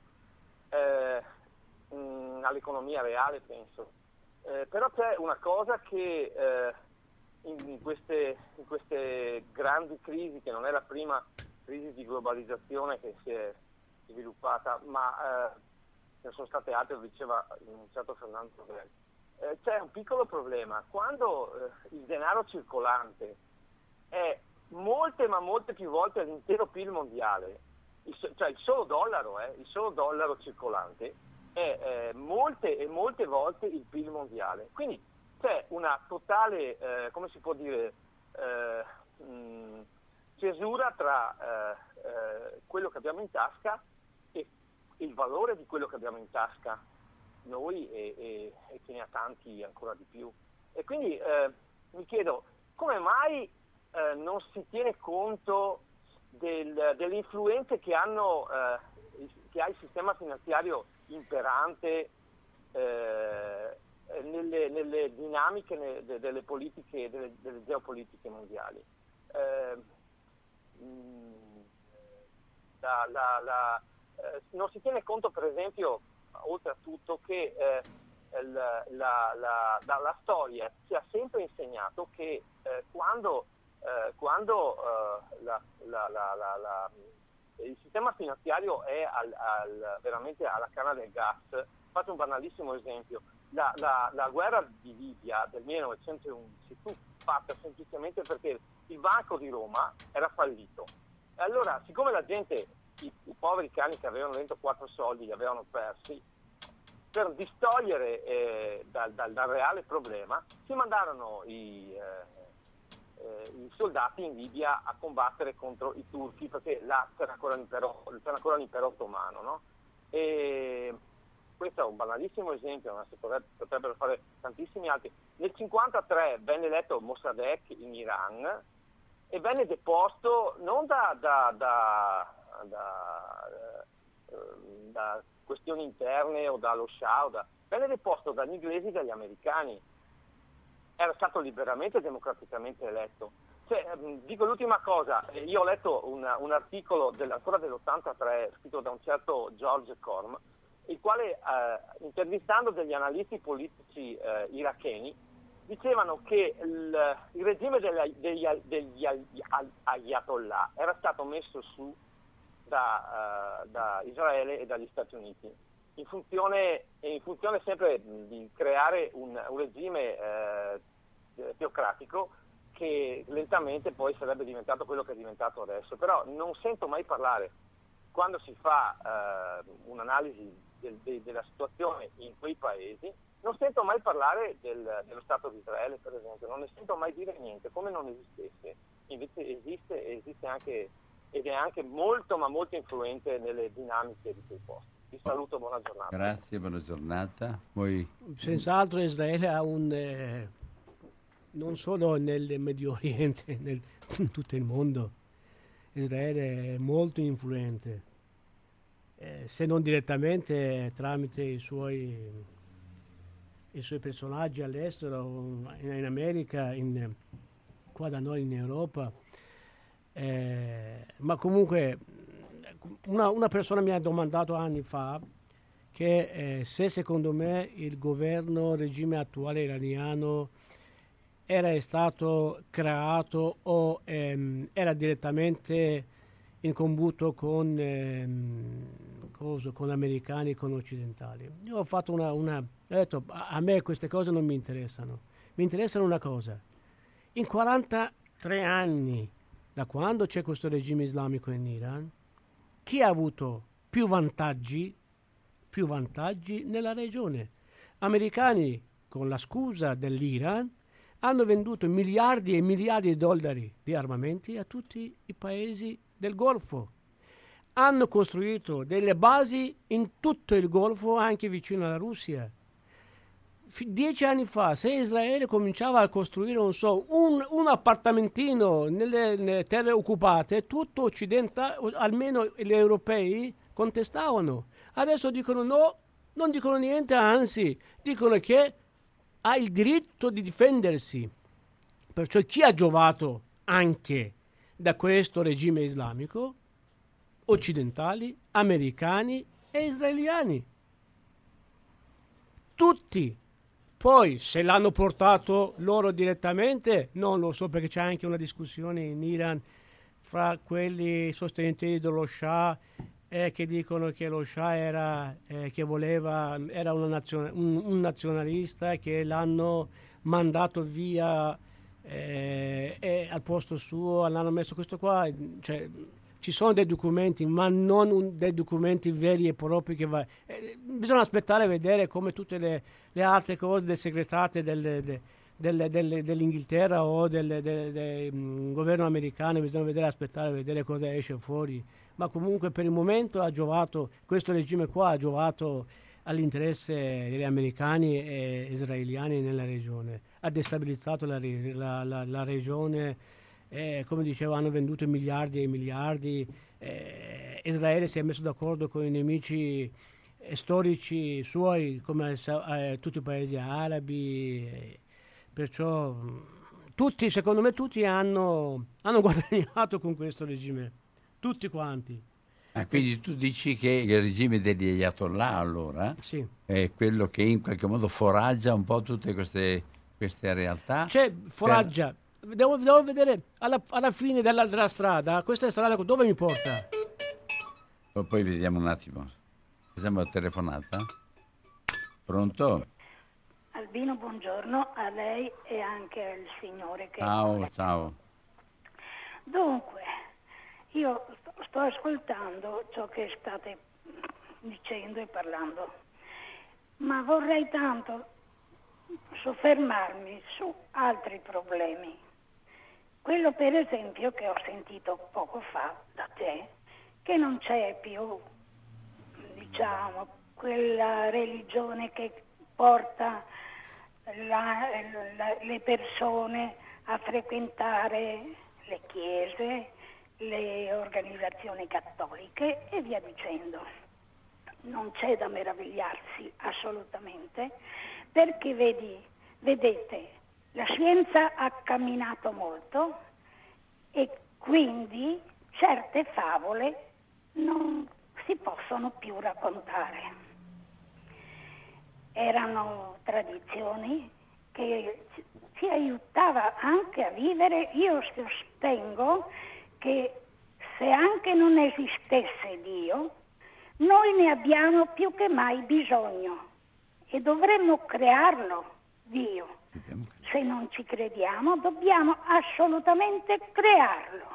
All'economia reale, penso. Però c'è una cosa che in queste grandi crisi, che non è la prima crisi di globalizzazione che si è sviluppata, ma ce ne sono state altre, lo diceva un certo Fernando Provera. C'è un piccolo problema: quando il denaro circolante è molte più volte l'intero PIL mondiale, cioè il solo dollaro circolante è molte volte il PIL mondiale. Quindi c'è una totale, come si può dire, cesura tra quello che abbiamo in tasca e il valore di quello che abbiamo in tasca noi e che ne ha tanti ancora di più. E quindi mi chiedo come mai non si tiene conto delle influenze che ha il sistema finanziario imperante nelle dinamiche delle politiche, delle geopolitiche mondiali. Non si tiene conto, per esempio, oltre a tutto, che la storia ci ha sempre insegnato che quando il sistema finanziario è veramente alla canna del gas. Faccio un banalissimo esempio: la guerra di Libia del 1911 fu fatta semplicemente perché il Banco di Roma era fallito. E allora, siccome la gente, i poveri cani che avevano dentro 4 soldi li avevano persi, per distogliere dal reale problema si mandarono i soldati in Libia a combattere contro i turchi, perché là c'era ancora l'impero ottomano, no? E questo è un banalissimo esempio, ma si potrebbero fare tantissimi altri. Nel 1953 venne eletto Mossadegh in Iran e venne deposto non da questioni interne o dallo Shah, venne deposto dagli inglesi e dagli americani. Era stato liberamente e democraticamente eletto. Dico l'ultima cosa: io ho letto un articolo ancora dell'83 scritto da un certo George Corm, il quale, intervistando degli analisti politici iracheni, dicevano che il regime degli ayatollah era stato messo su da Israele e dagli Stati Uniti in funzione sempre di creare un regime teocratico che lentamente poi sarebbe diventato quello che è diventato adesso. Però non sento mai parlare, quando si fa un'analisi della situazione in quei paesi, non sento mai parlare dello Stato di Israele, per esempio, non ne sento mai dire niente, come non esistesse. Invece esiste anche, ed è anche molto ma molto influente nelle dinamiche di quei posti. Vi saluto, buona giornata. Grazie, buona giornata. Senz'altro Israele ha non solo nel Medio Oriente, in tutto il mondo, Israele è molto influente, se non direttamente tramite i suoi personaggi all'estero, in America, qua da noi in Europa. Ma comunque una persona mi ha domandato anni fa che se secondo me il regime attuale iraniano era stato creato o era direttamente in combutto con americani, con occidentali. Io ho fatto ho detto, a me queste cose non mi interessano. Mi interessano una cosa. In 43 anni, da quando c'è questo regime islamico in Iran, chi ha avuto più vantaggi nella regione? Americani, con la scusa dell'Iran, hanno venduto miliardi e miliardi di dollari di armamenti a tutti i paesi del Golfo. Hanno costruito delle basi in tutto il Golfo, anche vicino alla Russia. 10 anni fa, se Israele cominciava a costruire, un appartamentino nelle terre occupate, tutto occidentale, almeno gli europei, contestavano. Adesso dicono no, non dicono niente, anzi, dicono che ha il diritto di difendersi. Perciò chi ha giovato anche da questo regime islamico? Occidentali, americani e israeliani. Tutti. Poi se l'hanno portato loro direttamente, non lo so, perché c'è anche una discussione in Iran fra quelli sostenitori dello Shah che dicono che lo Shah era un nazionalista, che l'hanno mandato via e al posto suo l'hanno messo questo qua. Cioè, ci sono dei documenti, ma non dei documenti veri e propri bisogna aspettare e vedere, come tutte le altre cose del segretario dell'Inghilterra o del governo americano. Bisogna aspettare e vedere cosa esce fuori. Ma comunque per il momento questo regime qua ha giovato all'interesse degli americani e israeliani nella regione, ha destabilizzato la regione. Come dicevo, hanno venduto miliardi e miliardi. Israele si è messo d'accordo con i nemici storici suoi, come tutti i paesi arabi. Perciò secondo me tutti hanno guadagnato con questo regime, tutti quanti. Quindi tu dici che il regime degli Ayatollah allora sì, è quello che in qualche modo foraggia un po' tutte queste realtà? Foraggia. Devo vedere alla fine della strada, questa strada dove mi porta? Poi vediamo un attimo. Facciamo la telefonata. Pronto? Albino, buongiorno a lei e anche al signore che... Ciao. Dunque, io sto ascoltando ciò che state dicendo e parlando, ma vorrei tanto soffermarmi su altri problemi. Quello per esempio che ho sentito poco fa da te, che non c'è più, quella religione che porta le persone a frequentare le chiese, le organizzazioni cattoliche e via dicendo. Non c'è da meravigliarsi assolutamente, perché vedete, la scienza ha camminato molto e quindi certe favole non si possono più raccontare. Erano tradizioni che ci aiutava anche a vivere. Io sostengo che se anche non esistesse Dio, noi ne abbiamo più che mai bisogno e dovremmo crearlo, Dio. Se non ci crediamo, dobbiamo assolutamente crearlo,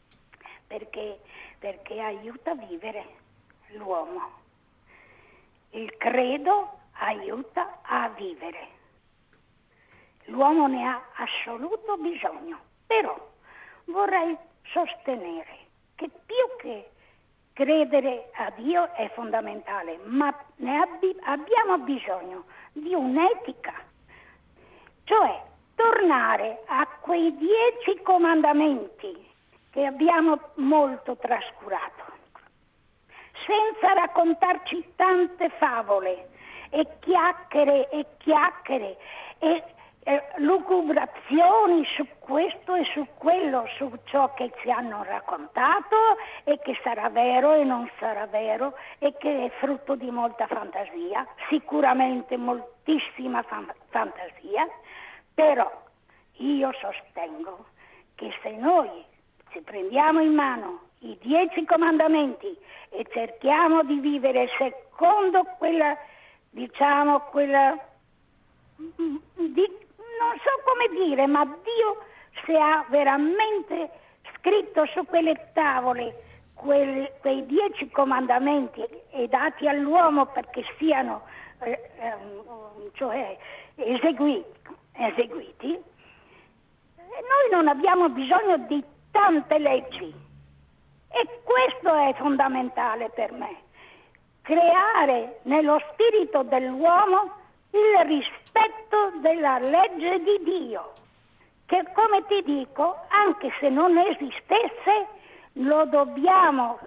perché aiuta a vivere l'uomo. Il credo aiuta a vivere. L'uomo ne ha assoluto bisogno, però vorrei sostenere che più che credere a Dio è fondamentale, ma abbiamo bisogno di un'etica, cioè tornare a quei 10 comandamenti che abbiamo molto trascurato, senza raccontarci tante favole e chiacchiere e lucubrazioni su questo e su quello, su ciò che ci hanno raccontato e che sarà vero e non sarà vero e che è frutto di molta fantasia, sicuramente moltissima fantasia, però io sostengo che se noi ci prendiamo in mano i 10 comandamenti e cerchiamo di vivere secondo quella, non so come dire, ma Dio, se ha veramente scritto su quelle tavole quei 10 comandamenti e dati all'uomo perché siano eseguiti, noi non abbiamo bisogno di tante leggi. E questo è fondamentale per me, creare nello spirito dell'uomo il rispetto della legge di Dio, che come ti dico, anche se non esistesse, lo dobbiamo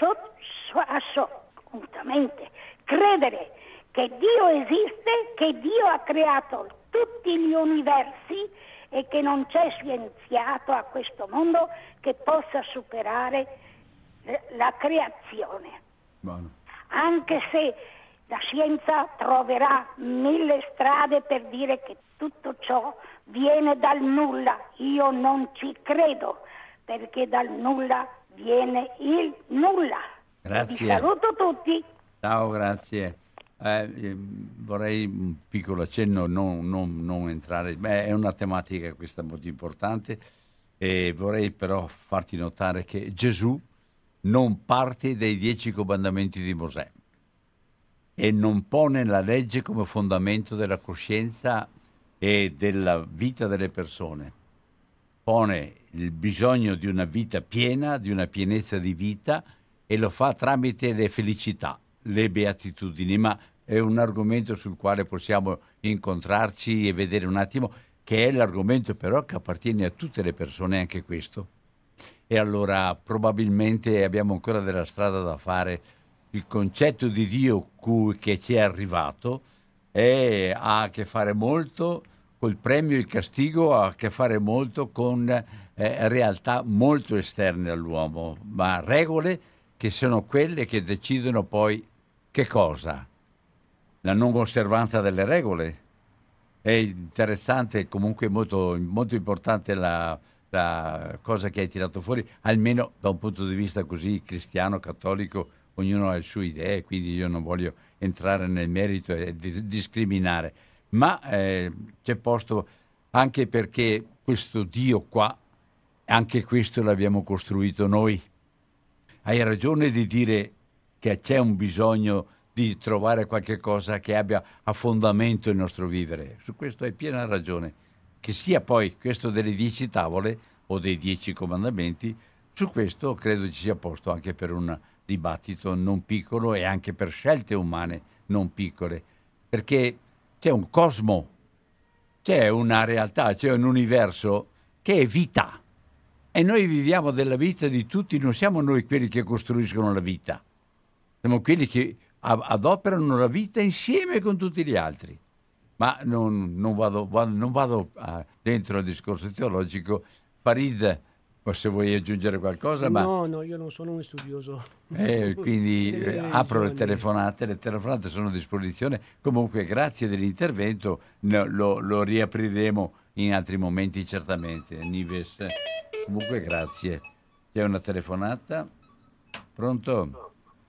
assolutamente credere che Dio esiste, che Dio ha creato tutti gli universi e che non c'è scienziato a questo mondo che possa superare la creazione. Buono. Anche se la scienza troverà 1000 strade per dire che tutto ciò viene dal nulla. Io non ci credo, perché dal nulla viene il nulla. Grazie. Vi saluto tutti. Ciao, grazie. Vorrei un piccolo accenno, non entrare, è una tematica questa molto importante, e vorrei però farti notare che Gesù non parte dai 10 comandamenti di Mosè e non pone la legge come fondamento della coscienza e della vita delle persone. Pone il bisogno di una vita piena, di una pienezza di vita, e lo fa tramite le felicità, le beatitudini, ma è un argomento sul quale possiamo incontrarci e vedere un attimo, che è l'argomento però che appartiene a tutte le persone, anche questo. E allora probabilmente abbiamo ancora della strada da fare. Il concetto di Dio che ci è arrivato ha a che fare molto col premio e il castigo, ha a che fare molto con realtà molto esterne all'uomo, ma regole che sono quelle che decidono poi che cosa? La non osservanza delle regole. È interessante, comunque molto, molto importante la cosa che hai tirato fuori, almeno da un punto di vista così cristiano, cattolico. Ognuno ha le sue idee, quindi io non voglio entrare nel merito e discriminare, ma c'è posto anche perché questo Dio qua, anche questo l'abbiamo costruito noi. Hai ragione di dire che c'è un bisogno di trovare qualche cosa che abbia a fondamento il nostro vivere. Su questo hai piena ragione. Che sia poi questo delle 10 tavole o dei 10 comandamenti, su questo credo ci sia posto anche per un dibattito non piccolo e anche per scelte umane non piccole, perché c'è un cosmo, c'è una realtà, c'è un universo che è vita e noi viviamo della vita di tutti, non siamo noi quelli che costruiscono la vita, siamo quelli che adoperano la vita insieme con tutti gli altri. Ma non vado dentro al discorso teologico. Farid, se vuoi aggiungere qualcosa? No, io non sono un studioso. Quindi apro le telefonate sono a disposizione. Comunque grazie dell'intervento, lo riapriremo in altri momenti certamente. Nives, comunque grazie. C'è una telefonata? Pronto?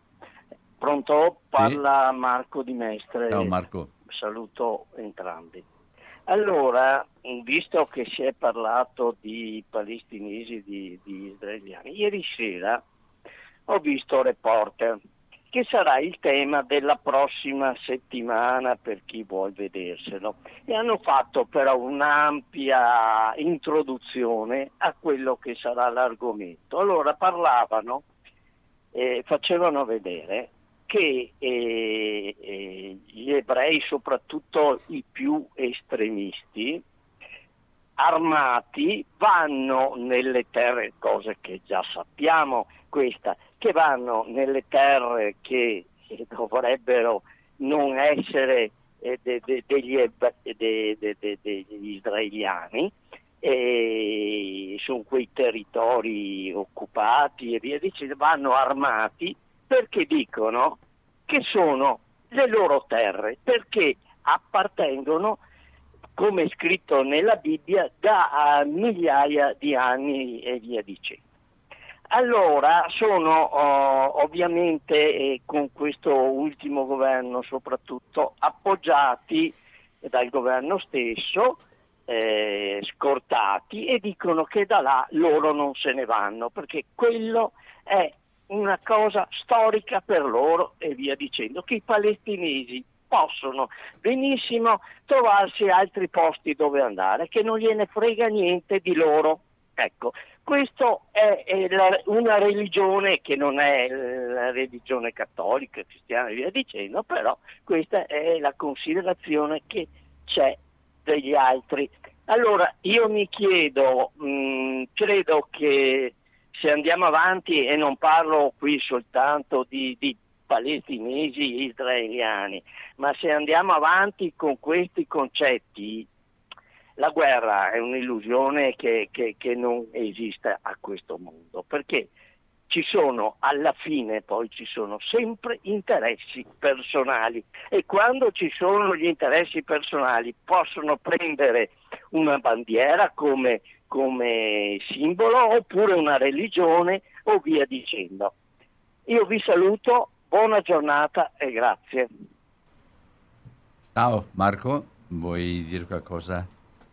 Pronto? Parla sì. Marco Di Mestre. Ciao Marco. Saluto entrambi. Allora, visto che si è parlato di palestinesi, di israeliani, ieri sera ho visto Reporter che sarà il tema della prossima settimana per chi vuol vederselo. E hanno fatto però un'ampia introduzione a quello che sarà l'argomento. Allora parlavano, facevano vedere che gli ebrei, soprattutto i più estremisti, armati, vanno nelle terre, cose che già sappiamo questa, che vanno nelle terre che dovrebbero non essere degli israeliani, sono quei territori occupati e via dicendo, vanno armati perché dicono che sono le loro terre, perché appartengono, come è scritto nella Bibbia, da migliaia di anni e via dicendo. Allora sono ovviamente con questo ultimo governo soprattutto appoggiati dal governo stesso, scortati, e dicono che da là loro non se ne vanno perché quello è una cosa storica per loro e via dicendo, che i palestinesi possono benissimo trovarsi altri posti dove andare, che non gliene frega niente di loro. Ecco, questo è una religione che non è la religione cattolica, cristiana e via dicendo, però questa è la considerazione che c'è degli altri. Allora io mi chiedo, credo che se andiamo avanti, e non parlo qui soltanto di palestinesi israeliani, ma se andiamo avanti con questi concetti, la guerra è un'illusione che non esiste a questo mondo, perché ci sono, alla fine poi ci sono sempre interessi personali, e quando ci sono gli interessi personali possono prendere una bandiera come simbolo, oppure una religione o via dicendo. Io vi saluto, buona giornata e grazie. Ciao Marco, vuoi dire qualcosa?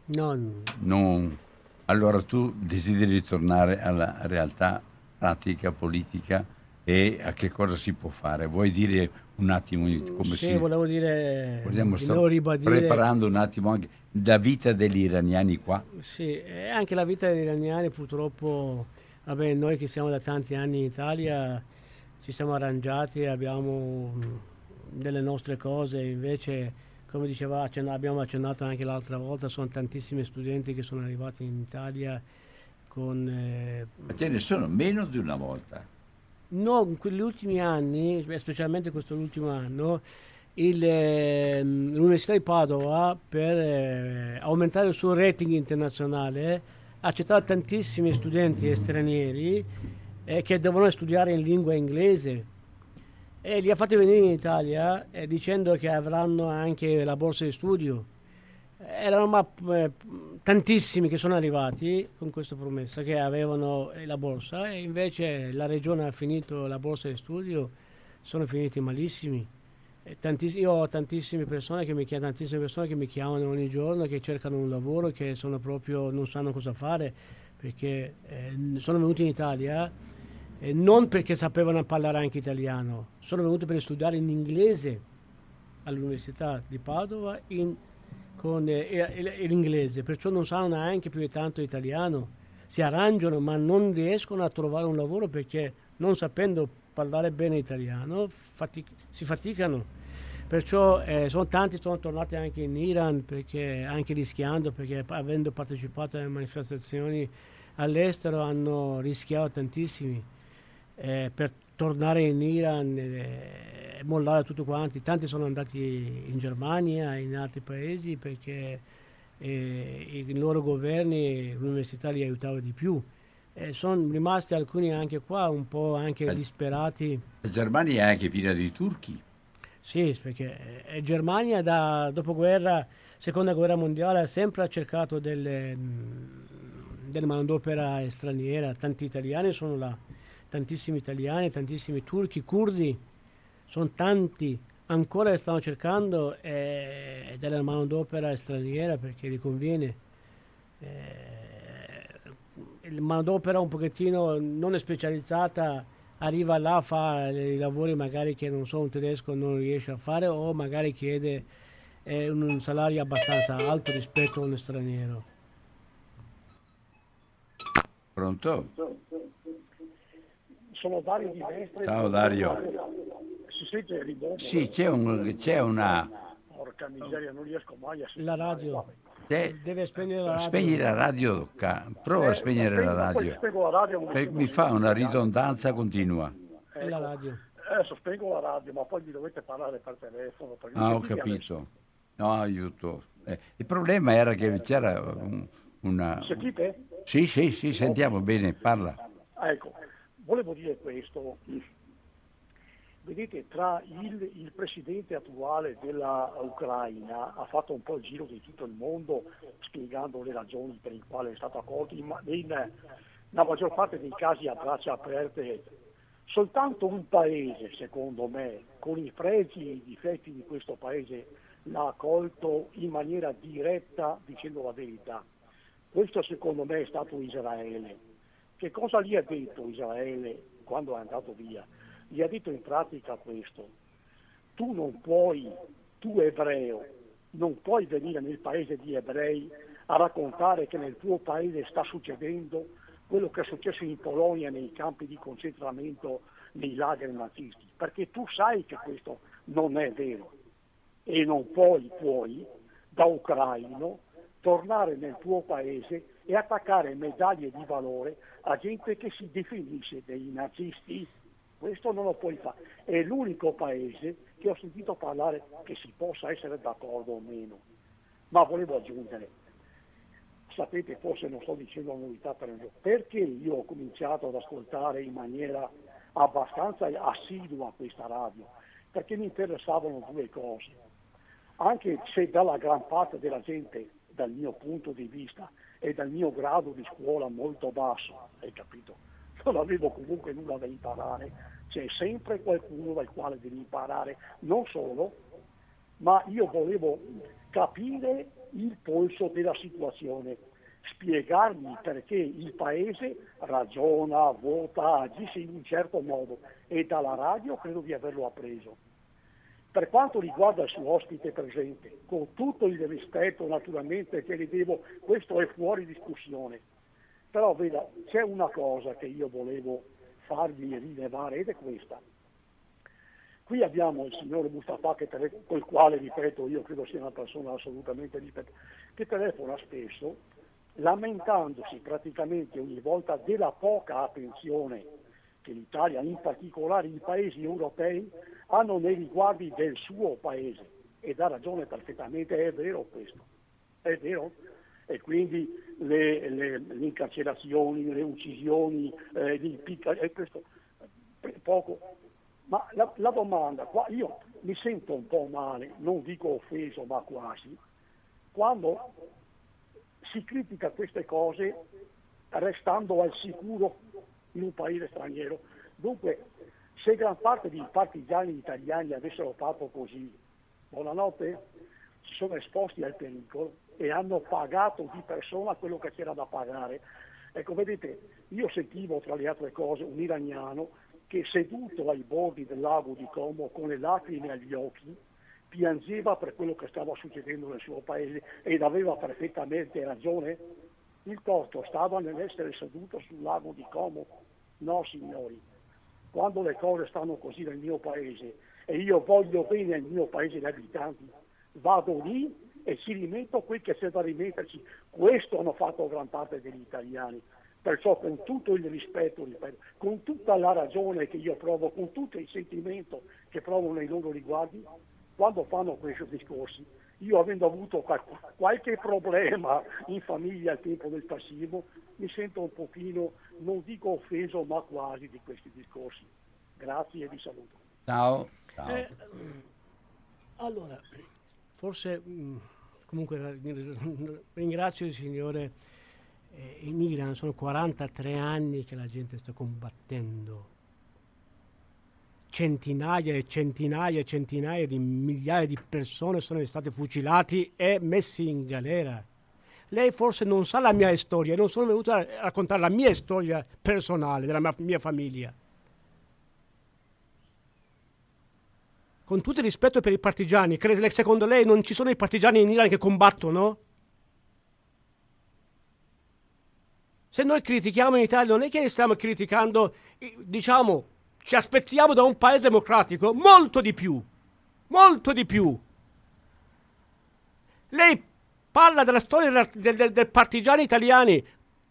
No. Allora tu desideri tornare alla realtà pratica, politica, e a che cosa si può fare? Vuoi dire un attimo come sì, volevo dire, volevo ribadire, preparando un attimo anche la vita degli iraniani qua? Sì, anche la vita degli iraniani purtroppo, vabbè, noi che siamo da tanti anni in Italia ci siamo arrangiati, abbiamo delle nostre cose, invece come diceva, abbiamo accennato anche l'altra volta, sono tantissimi studenti che sono arrivati in Italia con... Ma ce ne sono meno di una volta? No, in quegli ultimi anni, specialmente questo ultimo anno, l'Università di Padova, per aumentare il suo rating internazionale, ha accettato tantissimi studenti stranieri che devono studiare in lingua inglese, e li ha fatti venire in Italia dicendo che avranno anche la borsa di studio. Erano tantissimi che sono arrivati con questa promessa che avevano la borsa, e invece la regione ha finito la borsa di studio, sono finiti malissimi. Io ho tantissime persone che mi chiamano ogni giorno, che cercano un lavoro, che sono proprio, non sanno cosa fare, perché sono venuti in Italia non perché sapevano parlare anche italiano, sono venuti per studiare in inglese all'Università di Padova con l'inglese, perciò non sanno neanche più tanto italiano, si arrangiano ma non riescono a trovare un lavoro perché non sapendo parlare bene italiano si faticano. Perciò tanti sono tornati anche in Iran, perché anche rischiando, perché avendo partecipato alle manifestazioni all'estero hanno rischiato tantissimi per tornare in Iran e mollare tutto quanti. Tanti sono andati in Germania e in altri paesi perché i loro governi, l'università li aiutava di più. Sono rimasti alcuni anche qua un po' anche disperati. La Germania è anche piena di turchi. Sì, perché Germania da dopoguerra, seconda guerra mondiale, ha sempre cercato delle manodopera straniera. Tanti italiani sono là, tantissimi italiani, tantissimi turchi, curdi, sono tanti. Ancora stanno cercando della manodopera straniera perché gli conviene. Il manodopera un pochettino non è specializzata arriva là, fa i lavori magari che non so, un tedesco non riesce a fare, o magari chiede un salario abbastanza alto rispetto a uno straniero. Pronto? Sono Dario di Mestre. Ciao Dario. Si sente il rimbombo? Sì, c'è una... Porca miseria, non riesco mai a sentire. La radio. Deve spegnere la radio. Spegni la radio, prova a spegnere la radio. Spengo la radio, Mi fa una ridondanza continua. La radio. Adesso spengo la radio, ma poi mi dovete parlare per telefono. Ho capito. No, aiuto. Il problema era che c'era una... Sentite? Sì, sentiamo bene, parla. Ecco, volevo dire questo. Vedete, tra il presidente attuale della Ucraina ha fatto un po' il giro di tutto il mondo spiegando le ragioni per le quali è stato accolto, la maggior parte dei casi a braccia aperte. Soltanto un paese, secondo me, con i pregi e i difetti di questo paese, l'ha accolto in maniera diretta dicendo la verità. Questo secondo me è stato Israele. Che cosa gli ha detto Israele quando è andato via? Gli ha detto in pratica questo: tu ebreo, non puoi venire nel paese di ebrei a raccontare che nel tuo paese sta succedendo quello che è successo in Polonia nei campi di concentramento, nei lager nazisti, perché tu sai che questo non è vero e non puoi da ucraino tornare nel tuo paese e attaccare medaglie di valore a gente che si definisce dei nazisti. Questo non lo puoi fare. È l'unico paese che ho sentito parlare che si possa essere d'accordo o meno. Ma volevo aggiungere, sapete, forse non sto dicendo una novità per esempio, perché io ho cominciato ad ascoltare in maniera abbastanza assidua questa radio? Perché mi interessavano due cose. Anche se dalla gran parte della gente, dal mio punto di vista e dal mio grado di scuola molto basso, hai capito? Non avevo comunque nulla da imparare, c'è sempre qualcuno dal quale devi imparare, non solo, ma io volevo capire il polso della situazione, spiegarmi perché il paese ragiona, vota, agisce in un certo modo, e dalla radio credo di averlo appreso. Per quanto riguarda il suo ospite presente, con tutto il rispetto naturalmente che le devo, questo è fuori discussione. Però veda, c'è una cosa che io volevo farvi rilevare ed è questa. Qui abbiamo il signore Mustafa col quale, ripeto, io credo sia una persona assolutamente rispettosa, che telefona spesso lamentandosi praticamente ogni volta della poca attenzione che l'Italia, in particolare i paesi europei, hanno nei riguardi del suo paese. E dà ragione perfettamente, è vero questo, è vero. E quindi le incarcerazioni, le uccisioni, questo poco. Ma la domanda, qua io mi sento un po' male, non dico offeso, ma quasi, quando si critica queste cose restando al sicuro in un paese straniero. Dunque, se gran parte dei partigiani italiani avessero fatto così, buonanotte, si sono esposti al pericolo e hanno pagato di persona quello che c'era da pagare. Ecco, vedete, io sentivo tra le altre cose un iraniano che, seduto ai bordi del lago di Como con le lacrime agli occhi, piangeva per quello che stava succedendo nel suo paese, ed aveva perfettamente ragione. Il torto stava nell'essere seduto sul lago di Como. No, signori, quando le cose stanno così nel mio paese e io voglio bene al mio paese gli abitanti, vado lì e ci rimetto quel che c'è da rimetterci. Questo hanno fatto gran parte degli italiani. Perciò, con tutto il rispetto, ripeto, con tutta la ragione che io provo, con tutto il sentimento che provo nei loro riguardi, quando fanno questi discorsi, io avendo avuto qualche problema in famiglia al tempo del fascismo, mi sento un pochino, non dico offeso, ma quasi, di questi discorsi. Grazie e vi saluto. Ciao. Allora, forse comunque ringrazio il Signore. In Iran sono 43 anni che la gente sta combattendo, centinaia e centinaia e centinaia di migliaia di persone sono state fucilati e messi in galera. Lei forse non sa la mia storia, non sono venuto a raccontare la mia storia personale, della mia famiglia. con tutto il rispetto per i partigiani, secondo lei non ci sono i partigiani in Iran che combattono? Se noi critichiamo in Italia non è che stiamo criticando, diciamo, ci aspettiamo da un paese democratico molto di più. Molto di più. Lei parla della storia del partigiani italiani,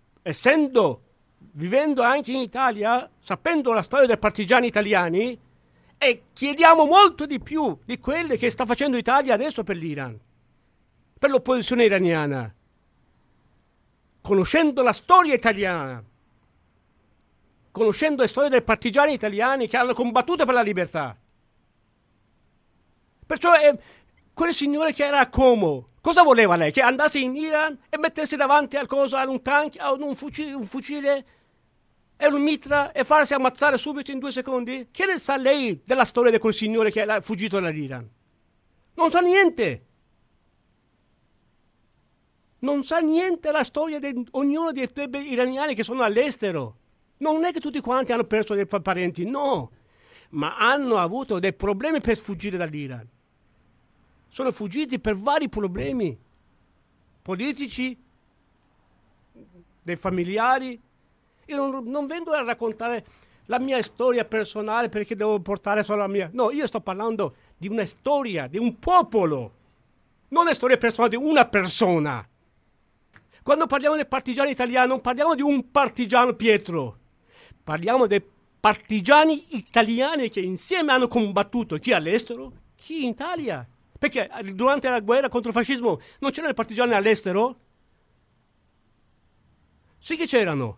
vivendo anche in Italia, sapendo la storia dei partigiani italiani, e chiediamo molto di più di quelle che sta facendo l'Italia adesso per l'Iran, per l'opposizione iraniana. Conoscendo la storia italiana, conoscendo le storie dei partigiani italiani che hanno combattuto per la libertà. Perciò quel signore che era a Como, cosa voleva lei? Che andasse in Iran e mettesse davanti a un tank, a un fucile e un mitra e farsi ammazzare subito in 2 secondi? Che ne sa lei della storia di quel signore che è fuggito dall'Iran? Non sa niente. Non sa niente la storia di ognuno dei iraniani che sono all'estero. Non è che tutti quanti hanno perso dei parenti, no. Ma hanno avuto dei problemi per fuggire dall'Iran. Sono fuggiti per vari problemi politici, dei familiari. Io non vengo a raccontare la mia storia personale perché devo portare solo la mia. No, io sto parlando di una storia, di un popolo. Non una storia personale di una persona. Quando parliamo del partigiano italiano non parliamo di un partigiano Pietro. Parliamo dei partigiani italiani che insieme hanno combattuto chi all'estero, chi in Italia. Perché durante la guerra contro il fascismo non c'erano i partigiani all'estero? Sì che c'erano.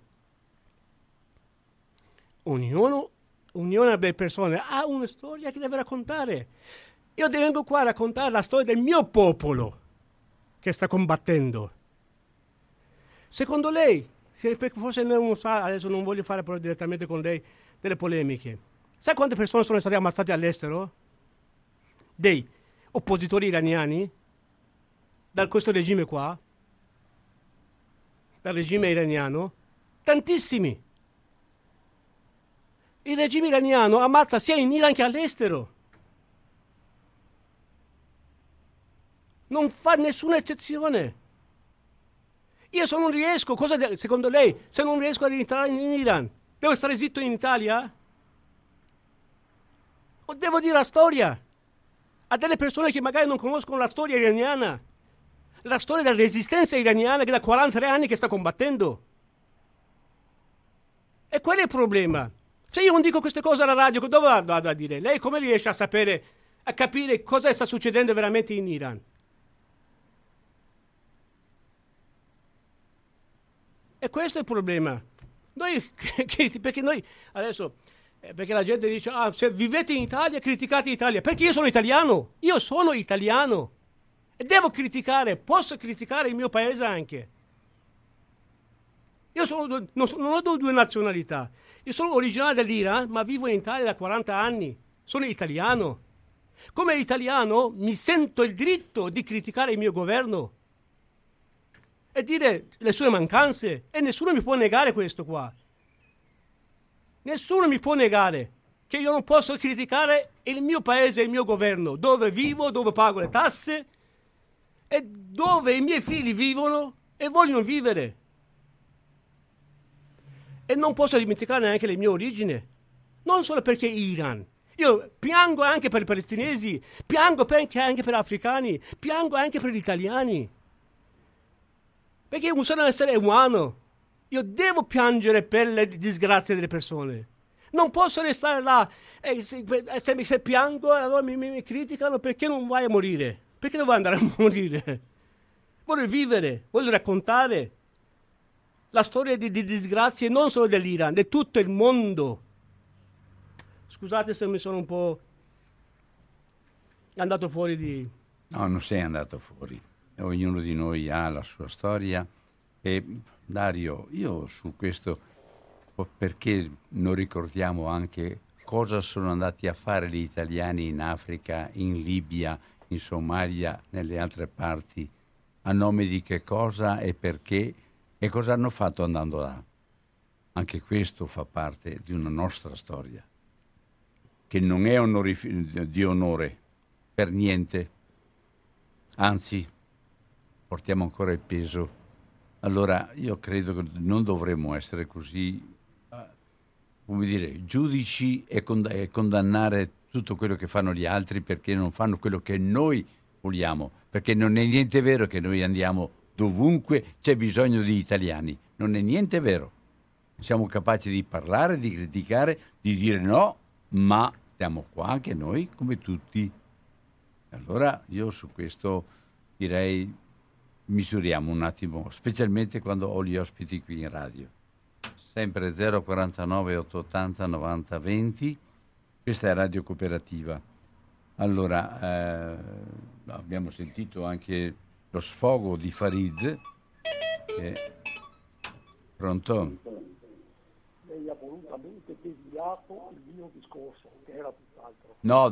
Ognuno delle persone ha una storia che deve raccontare. Io vengo qua a raccontare la storia del mio popolo che sta combattendo. Secondo lei, forse lei non sa, adesso non voglio fare però direttamente con lei delle polemiche. Sai quante persone sono state ammazzate all'estero? Dei oppositori iraniani? Da questo regime qua? Dal regime iraniano? Tantissimi! Il regime iraniano ammazza sia in Iran che all'estero. Non fa nessuna eccezione. Io se non riesco, secondo lei, se non riesco a rientrare in Iran, devo stare zitto in Italia? O devo dire la storia a delle persone che magari non conoscono la storia iraniana, la storia della resistenza iraniana che da 43 anni che sta combattendo? E quello è il problema. Se io non dico queste cose alla radio, dove vado a dire? Lei come riesce a sapere, a capire cosa sta succedendo veramente in Iran? E questo è il problema. Perché noi adesso, perché la gente dice, se vivete in Italia, criticate l'Italia. Perché io sono italiano. Io sono italiano. E devo criticare, posso criticare il mio paese anche. Io non ho 2 nazionalità. Io sono originario dell'Iran, ma vivo in Italia da 40 anni. Sono italiano. Come italiano mi sento il diritto di criticare il mio governo e dire le sue mancanze, e nessuno mi può negare questo qua. Nessuno mi può negare che io non posso criticare il mio paese e il mio governo, dove vivo, dove pago le tasse e dove i miei figli vivono e vogliono vivere. E non posso dimenticare neanche le mie origini, non solo perché Iran. Io piango anche per i palestinesi, piango anche per gli africani, piango anche per gli italiani. Perché sono un essere umano. Io devo piangere per le disgrazie delle persone. Non posso restare là e se piango allora mi criticano perché non vai a morire. Perché devo andare a morire? Voglio vivere, voglio raccontare la storia di disgrazie non solo dell'Iran, di tutto il mondo. Scusate se mi sono un po' andato fuori di... No, non sei andato fuori. Ognuno di noi ha la sua storia e Dario, io su questo, perché non ricordiamo anche cosa sono andati a fare gli italiani in Africa, in Libia, in Somalia, nelle altre parti, a nome di che cosa e perché e cosa hanno fatto andando là. Anche questo fa parte di una nostra storia che non è di onore, per niente. Anzi, portiamo ancora il peso. Allora, io credo che non dovremmo essere così, come dire, giudici e condannare tutto quello che fanno gli altri perché non fanno quello che noi vogliamo. Perché non è niente vero che noi andiamo dovunque c'è bisogno di italiani. Non è niente vero. Siamo capaci di parlare, di criticare, di dire no, ma stiamo qua anche noi come tutti. Allora io su questo direi misuriamo un attimo, specialmente quando ho gli ospiti qui in radio. Sempre 049 880 90 20, questa è Radio Cooperativa. Allora, abbiamo sentito anche lo sfogo di Farid. Pronto? Lei ha volutamente deviato il mio discorso, che era tutt'altro. No,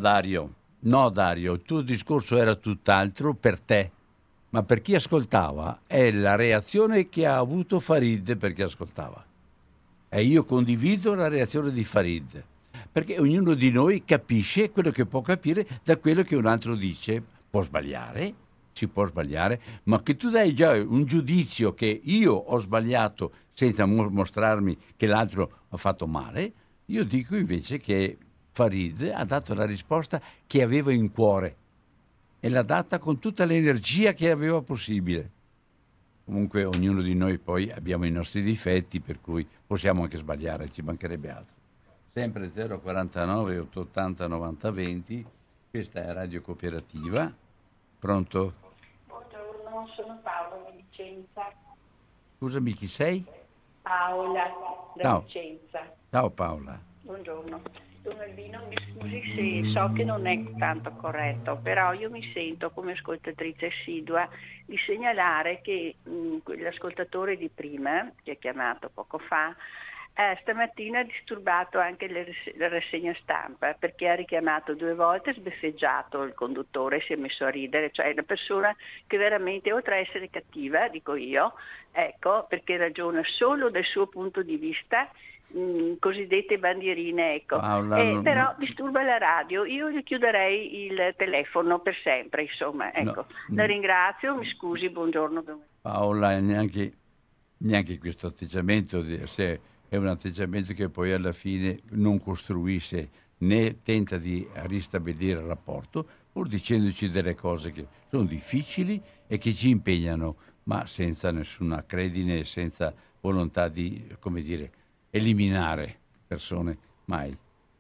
Dario, il tuo discorso era tutt'altro per te, ma per chi ascoltava è la reazione che ha avuto Farid perché ascoltava. E io condivido la reazione di Farid, perché ognuno di noi capisce quello che può capire da quello che un altro dice. Può sbagliare, si può sbagliare, ma che tu dai già un giudizio che io ho sbagliato senza mostrarmi che l'altro ha fatto male, io dico invece che Farid ha dato la risposta che aveva in cuore e l'ha data con tutta l'energia che aveva possibile. Comunque ognuno di noi poi abbiamo i nostri difetti, per cui possiamo anche sbagliare, ci mancherebbe altro. Sempre 049 880 90 20, questa è Radio Cooperativa. Pronto? Buongiorno, sono Paola da Vicenza. Scusami, chi sei? Paola da Ciao. Vicenza. Ciao Paola. Buongiorno. Don Albino, mi scusi se so che non è tanto corretto, però io mi sento come ascoltatrice assidua di segnalare che l'ascoltatore di prima, che ha chiamato poco fa, stamattina ha disturbato anche la rassegna stampa perché ha richiamato 2 volte, sbeffeggiato il conduttore, si è messo a ridere, cioè è una persona che veramente, oltre a essere cattiva, dico io, ecco, perché ragiona solo dal suo punto di vista, cosiddette bandierine, ecco. Paola, però disturba la radio, io gli chiuderei il telefono per sempre, insomma, ecco. La ringrazio, mi scusi, buongiorno. Paola, neanche questo atteggiamento è un atteggiamento che poi alla fine non costruisce né tenta di ristabilire il rapporto, pur dicendoci delle cose che sono difficili e che ci impegnano, ma senza nessuna credine, senza volontà di, come dire, eliminare persone, mai,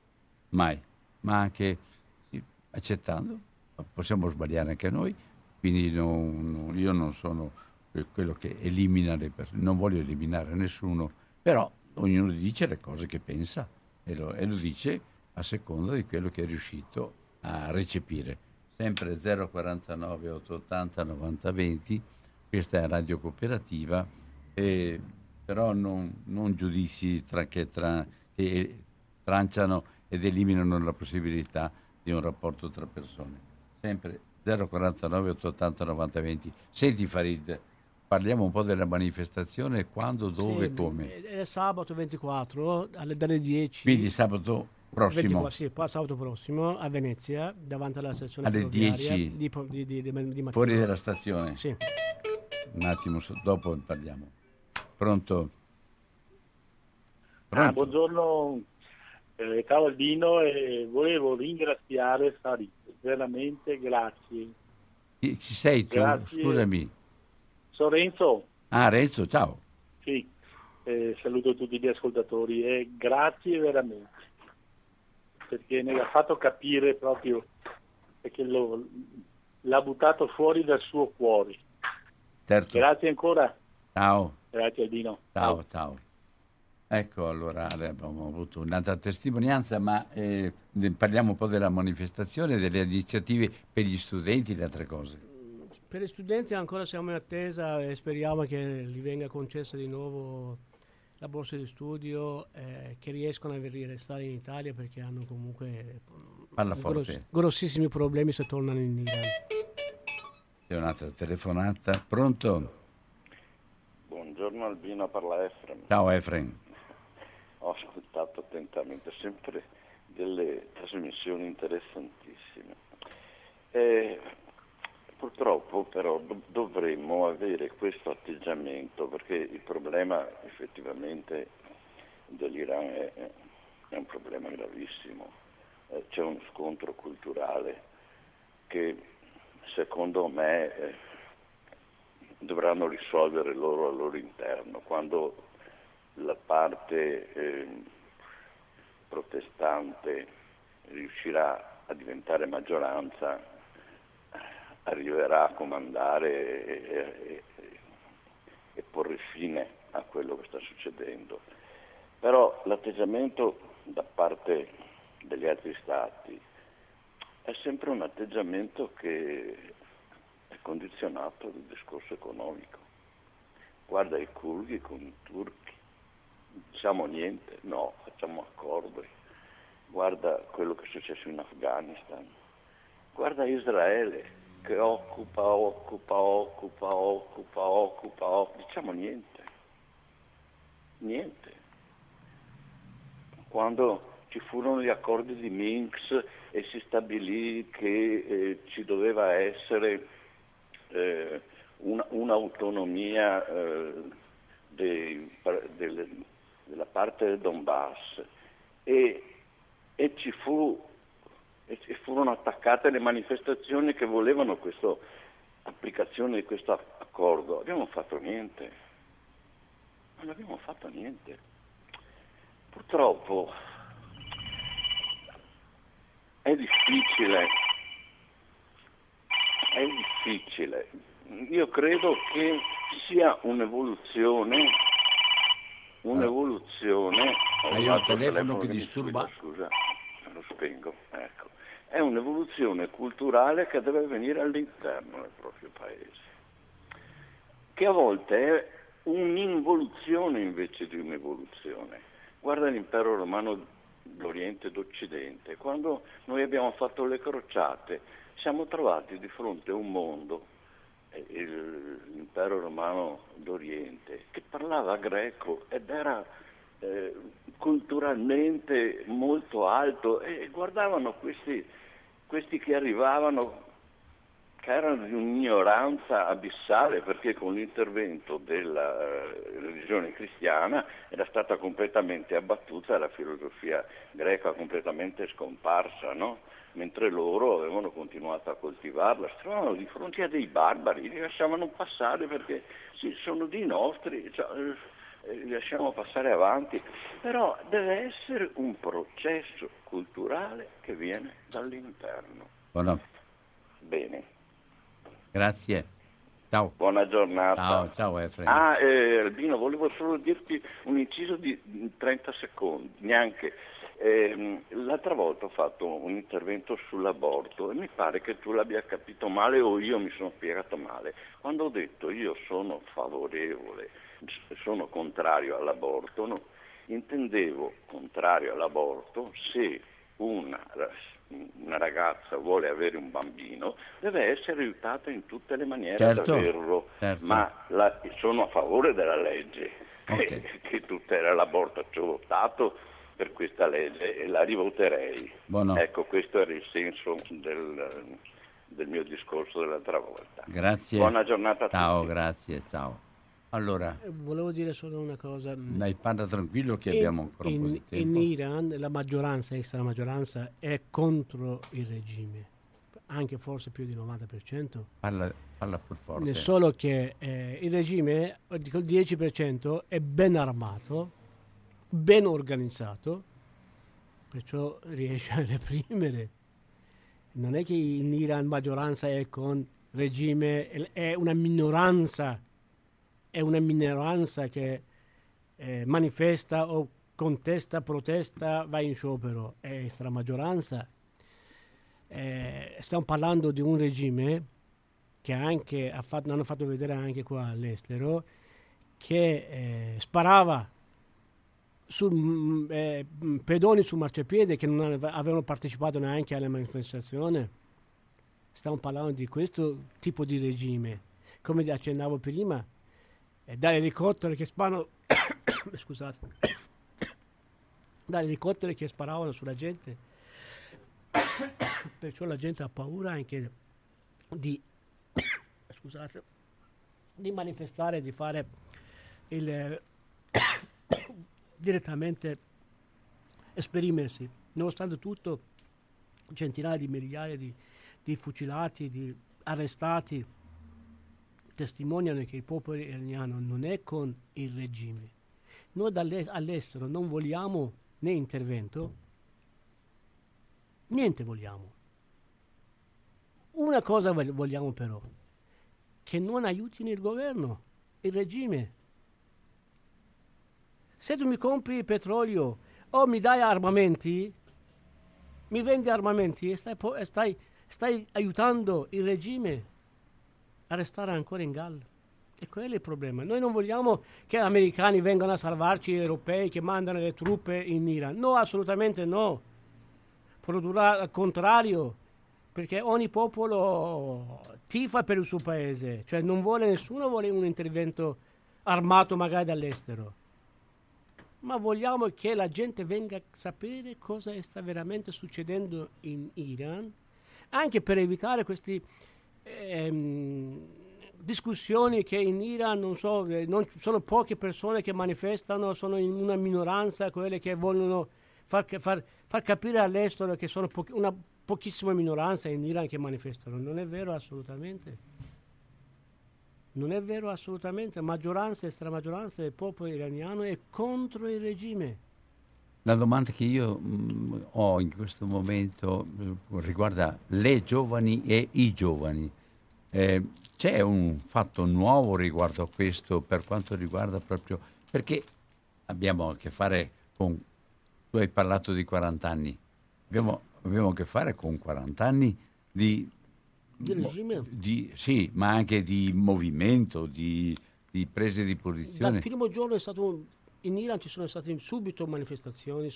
ma anche accettando, possiamo sbagliare anche noi, quindi io non sono quello che elimina le persone, non voglio eliminare nessuno, però ognuno dice le cose che pensa e lo dice a seconda di quello che è riuscito a recepire. Sempre 049 880 90 20, questa è Radio Cooperativa, però non giudizi che tranciano ed eliminano la possibilità di un rapporto tra persone. Sempre 049 880 90 20. Senti Farid, parliamo un po' della manifestazione, quando, dove, sì, come? È sabato 24 dalle 10. Quindi sabato prossimo. 24, sì, sabato prossimo a Venezia, davanti alla stazione alle ferroviaria 10 di mattina. Fuori dalla stazione? Sì. Un attimo, dopo parliamo. Pronto? Buongiorno, ciao Albino, e volevo ringraziare Farid, veramente grazie. Chi sei tu? Grazie. Scusami. Sono Renzo. Ah, Renzo, ciao. Sì, saluto tutti gli ascoltatori e grazie veramente, perché me l'ha fatto capire proprio, perché l'ha buttato fuori dal suo cuore. Certo. Grazie ancora. Ciao. Grazie Albino. Ciao. Ecco, allora abbiamo avuto un'altra testimonianza, ma parliamo un po' della manifestazione, delle iniziative per gli studenti e le altre cose. Per gli studenti ancora siamo in attesa e speriamo che gli venga concessa di nuovo la borsa di studio, che riescono a restare in Italia perché hanno comunque grossissimi problemi se tornano in Iran. C'è un'altra telefonata. Pronto? Buongiorno Albino, parla Efrem. Ciao Efrem. Ho ascoltato attentamente, sempre delle trasmissioni interessantissime. Purtroppo però dovremmo avere questo atteggiamento, perché il problema effettivamente dell'Iran è un problema gravissimo. C'è uno scontro culturale che secondo me dovranno risolvere loro al loro interno, quando la parte protestante riuscirà a diventare maggioranza, arriverà a comandare e porre fine a quello che sta succedendo. Però l'atteggiamento da parte degli altri stati è sempre un atteggiamento che è condizionato dal discorso economico. Guarda i curdi con i turchi, diciamo niente, no, facciamo accordi. Guarda quello che è successo in Afghanistan, guarda Israele che occupa, diciamo niente. Quando ci furono gli accordi di Minsk e si stabilì che ci doveva essere un'autonomia della parte del Donbass e furono attaccate le manifestazioni che volevano questa applicazione di questo accordo. Non abbiamo fatto niente. Purtroppo è difficile. Io credo che sia un'evoluzione. Hai un telefono che disturba? Scusa, lo spengo, ecco. È un'evoluzione culturale che deve avvenire all'interno del proprio paese, che a volte è un'involuzione invece di un'evoluzione. Guarda l'impero romano d'Oriente e d'Occidente. Quando noi abbiamo fatto le crociate, siamo trovati di fronte a un mondo, l'impero romano d'Oriente, che parlava greco ed era culturalmente molto alto, e guardavano questi che arrivavano, che erano di un'ignoranza abissale, perché con l'intervento della religione cristiana era stata completamente abbattuta, la filosofia greca completamente scomparsa, no? Mentre loro avevano continuato a coltivarla, si trovavano di fronte a dei barbari, li lasciavano passare perché sì, sono dei nostri, li lasciamo passare avanti, però deve essere un processo culturale che viene dall'interno. Buono. Bene. Grazie. Ciao. Buona giornata. Ciao Efraim. Albino, volevo solo dirti un inciso di 30 secondi, neanche. L'altra volta ho fatto un intervento sull'aborto e mi pare che tu l'abbia capito male o io mi sono spiegato male. Quando ho detto io sono favorevole, sono contrario all'aborto, no, intendevo contrario all'aborto se una ragazza vuole avere un bambino, deve essere aiutata in tutte le maniere ad averlo, ma sono a favore della legge, che tutela l'aborto. Ci ho votato per questa legge e la rivoterei. Buono. Ecco, questo era il senso del mio discorso dell'altra volta. Grazie. Buona giornata a tutti. Ciao, grazie, ciao. Allora, volevo dire solo una cosa. Dai, parla tranquillo che abbiamo ancora un po' di tempo. In Iran la maggioranza, extra maggioranza, è contro il regime, anche forse più di 90%. Parla più forte. Solo che il regime, dico il 10%, è ben armato, ben organizzato, perciò riesce a reprimere. Non è che in Iran maggioranza è con regime, è una minoranza. È una minoranza che manifesta o contesta, protesta, va in sciopero. È la maggioranza. Stiamo parlando di un regime che anche hanno fatto vedere anche qua all'estero, che sparava su pedoni sul marciapiede che non avevano partecipato neanche alla manifestazione. Stiamo parlando di questo tipo di regime. Come accennavo prima, dall'elicottero che sparano scusate, da elicotteri che sparavano sulla gente. Perciò la gente ha paura anche di scusate, di manifestare, di fare direttamente esprimersi. Nonostante tutto, centinaia di migliaia di fucilati, di arrestati testimoniano che il popolo iraniano non è con il regime. Noi all'estero non vogliamo né intervento, niente vogliamo. Una cosa vogliamo però, che non aiutino il governo, il regime. Se tu mi compri il petrolio o mi dai armamenti, mi vendi armamenti e stai aiutando il regime a restare ancora in galla. E quello è il problema. Noi non vogliamo che gli americani vengano a salvarci, gli europei che mandano le truppe in Iran. No, assolutamente no. Produrrà al contrario, perché ogni popolo tifa per il suo paese. Cioè nessuno vuole un intervento armato magari dall'estero. Ma vogliamo che la gente venga a sapere cosa sta veramente succedendo in Iran, anche per evitare questi discussioni che in Iran non sono poche persone che manifestano, sono in una minoranza, quelle che vogliono far capire all'estero che sono una pochissima minoranza in Iran che manifestano. Non è vero assolutamente. Non è vero assolutamente. Maggioranza e stramaggioranza del popolo iraniano è contro il regime. La domanda che io ho in questo momento riguarda le giovani e i giovani. C'è un fatto nuovo riguardo a questo per quanto riguarda proprio... Perché abbiamo a che fare con... Tu hai parlato di 40 anni. Abbiamo a che fare con 40 anni di regime? Sì, ma anche di movimento, di prese di posizione. Dal primo giorno è stato... In Iran ci sono state subito manifestazioni,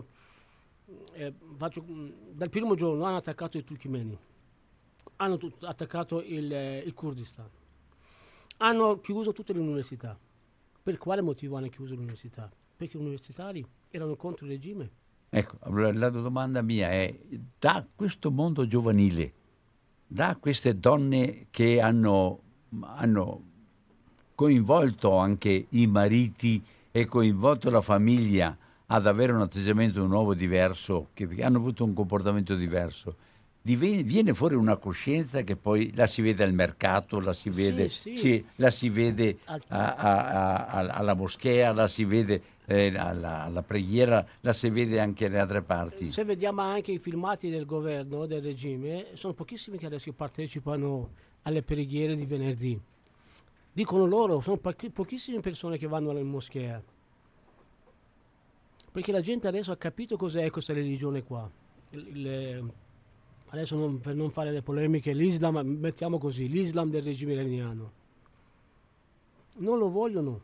dal primo giorno hanno attaccato i turkmeni, hanno attaccato il Kurdistan, hanno chiuso tutte le università. Per quale motivo hanno chiuso le università? Perché gli universitari erano contro il regime. Ecco, la domanda mia è, da questo mondo giovanile, da queste donne che hanno coinvolto anche i mariti e coinvolto la famiglia ad avere un atteggiamento nuovo, diverso, che hanno avuto un comportamento diverso, viene fuori una coscienza che poi la si vede al mercato, la si vede, la si vede alla moschea, la si vede alla preghiera, la si vede anche nelle altre parti. Se vediamo anche i filmati del governo, del regime, sono pochissimi che adesso partecipano alle preghiere di venerdì. Dicono loro, sono pochissime persone che vanno alla moschea. Perché la gente adesso ha capito cos'è questa religione qua. Adesso per non fare le polemiche, l'Islam, mettiamo così, l'Islam del regime iraniano. Non lo vogliono.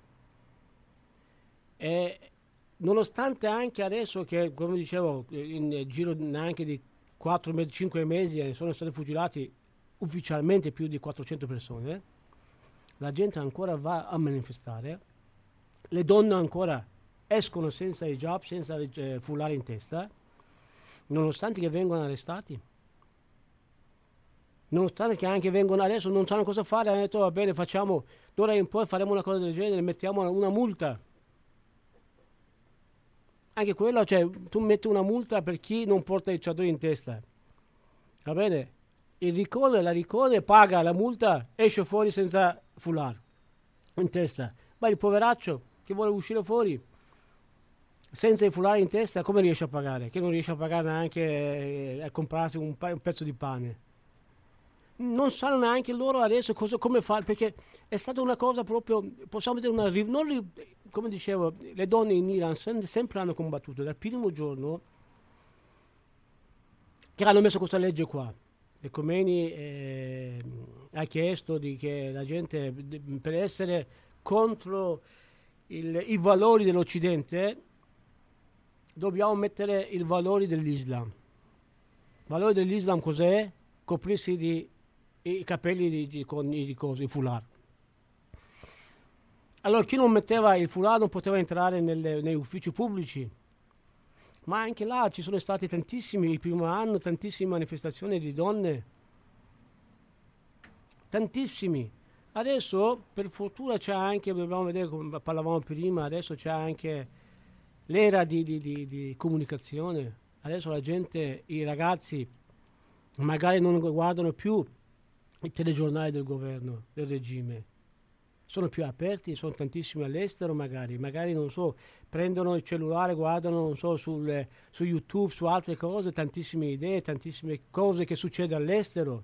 E nonostante anche adesso che, come dicevo, in giro neanche di 4-5 mesi sono stati fucilati ufficialmente più di 400 persone, la gente ancora va a manifestare, le donne ancora escono senza hijab, senza foulard in testa, nonostante che vengono arrestati. Nonostante che anche vengono adesso non sanno cosa fare, hanno detto va bene, facciamo d'ora in poi faremo una cosa del genere, mettiamo una multa. Anche quello, cioè tu metti una multa per chi non porta il chador in testa, va bene? La ricone paga la multa, esce fuori senza foulard in testa, ma il poveraccio che vuole uscire fuori senza il foulard in testa come riesce a pagare? Che non riesce a pagare neanche a comprarsi un pezzo di pane. Non sanno neanche loro adesso come fare, perché è stata una cosa proprio, possiamo dire come dicevo, le donne in Iran sempre hanno combattuto dal primo giorno che hanno messo questa legge qua. E Khomeini ha chiesto che la gente, per essere contro i valori dell'Occidente, dobbiamo mettere i valori dell'Islam. Il valore dell'Islam cos'è? Coprirsi i capelli con i foulard. Allora chi non metteva il foulard non poteva entrare negli uffici pubblici. Ma anche là ci sono stati tantissimi, il primo anno, tantissime manifestazioni di donne. Tantissimi. Adesso, per fortuna, c'è anche, dobbiamo vedere come parlavamo prima, adesso c'è anche l'era di comunicazione. Adesso la gente, i ragazzi, magari non guardano più i telegiornali del governo, del regime. Sono più aperti, sono tantissimi all'estero magari non so, prendono il cellulare, guardano, non so, su YouTube, su altre cose, tantissime idee, tantissime cose che succedono all'estero.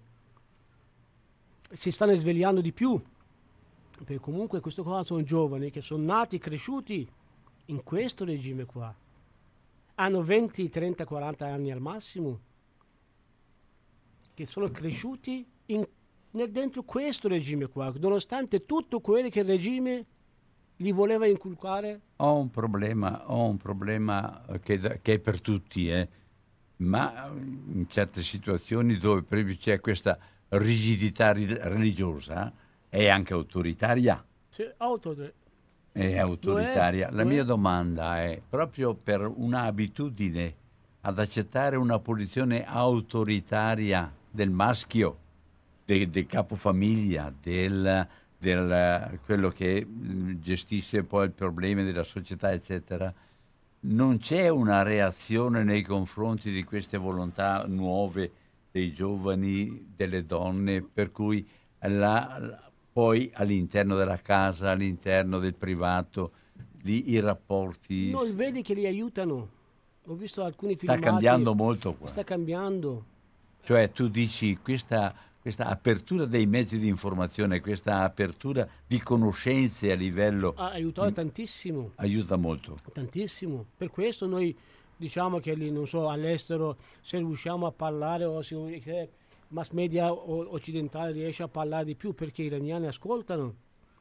Si stanno svegliando di più, perché comunque questo qua sono giovani che sono nati, cresciuti in questo regime qua. Hanno 20, 30, 40 anni al massimo, che sono cresciuti dentro questo regime qua, nonostante tutto quello che il regime gli voleva inculcare. Ho un problema che è per tutti, ma in certe situazioni dove proprio c'è questa rigidità religiosa è anche autoritaria. Sì, È autoritaria. La mia domanda è proprio per un'abitudine ad accettare una posizione autoritaria del maschio, del capofamiglia, quello che gestisce poi il problema della società, eccetera. Non c'è una reazione nei confronti di queste volontà nuove dei giovani, delle donne, per cui poi all'interno della casa, all'interno del privato, i rapporti... Non vedi che li aiutano. Ho visto alcuni filmati. Sta cambiando molto qua. Sta cambiando. Cioè tu dici questa apertura dei mezzi di informazione, questa apertura di conoscenze a livello... Ha aiutato tantissimo. Aiuta molto. Tantissimo. Per questo noi diciamo che lì, non so, all'estero, se riusciamo a parlare o se mass media occidentale riesce a parlare di più, perché gli iraniani ascoltano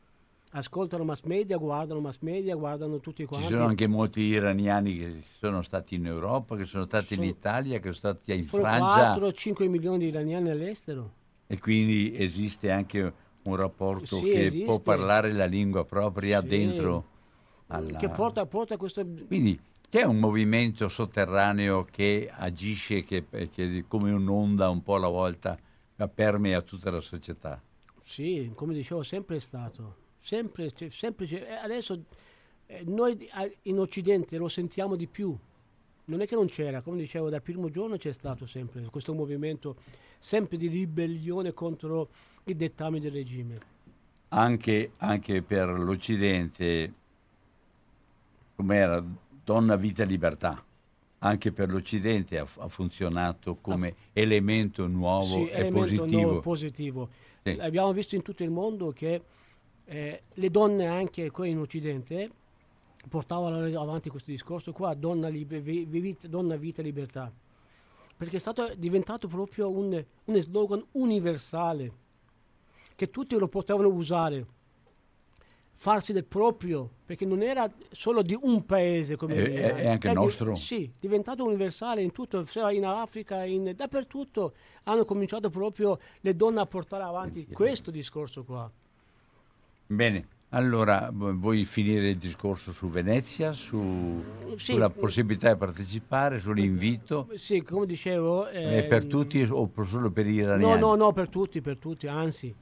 mass media, guardano tutti quanti. Ci sono anche molti iraniani che sono stati in Europa, che sono stati in Italia, che sono stati in Francia. 4-5 milioni di iraniani all'estero. E quindi esiste anche un rapporto che può parlare la lingua propria dentro che porta questo... Quindi c'è un movimento sotterraneo che agisce, che come un'onda un po' alla volta permea tutta la società. Sì, come dicevo, sempre è stato. Sempre. Adesso noi in Occidente lo sentiamo di più. Non è che non c'era, come dicevo, dal primo giorno c'è stato sempre questo movimento sempre di ribellione contro i dettami del regime. Anche per l'Occidente, com'era Donna, Vita, Libertà, anche per l'Occidente ha funzionato come elemento nuovo e positivo. Sì. Abbiamo visto in tutto il mondo che le donne anche qui in Occidente portavano avanti questo discorso qua, donna, vita, libertà, perché è diventato proprio un slogan universale che tutti lo potevano usare, farsi del proprio, perché non era solo di un paese come è anche nostro. Sì, è diventato universale in tutto, in Africa, dappertutto hanno cominciato proprio le donne a portare avanti questo discorso qua. Bene, allora vuoi finire il discorso su Venezia, sulla possibilità di partecipare, sull'invito? Sì, come dicevo... È per tutti o solo per gli iraniani? No, per tutti, anzi,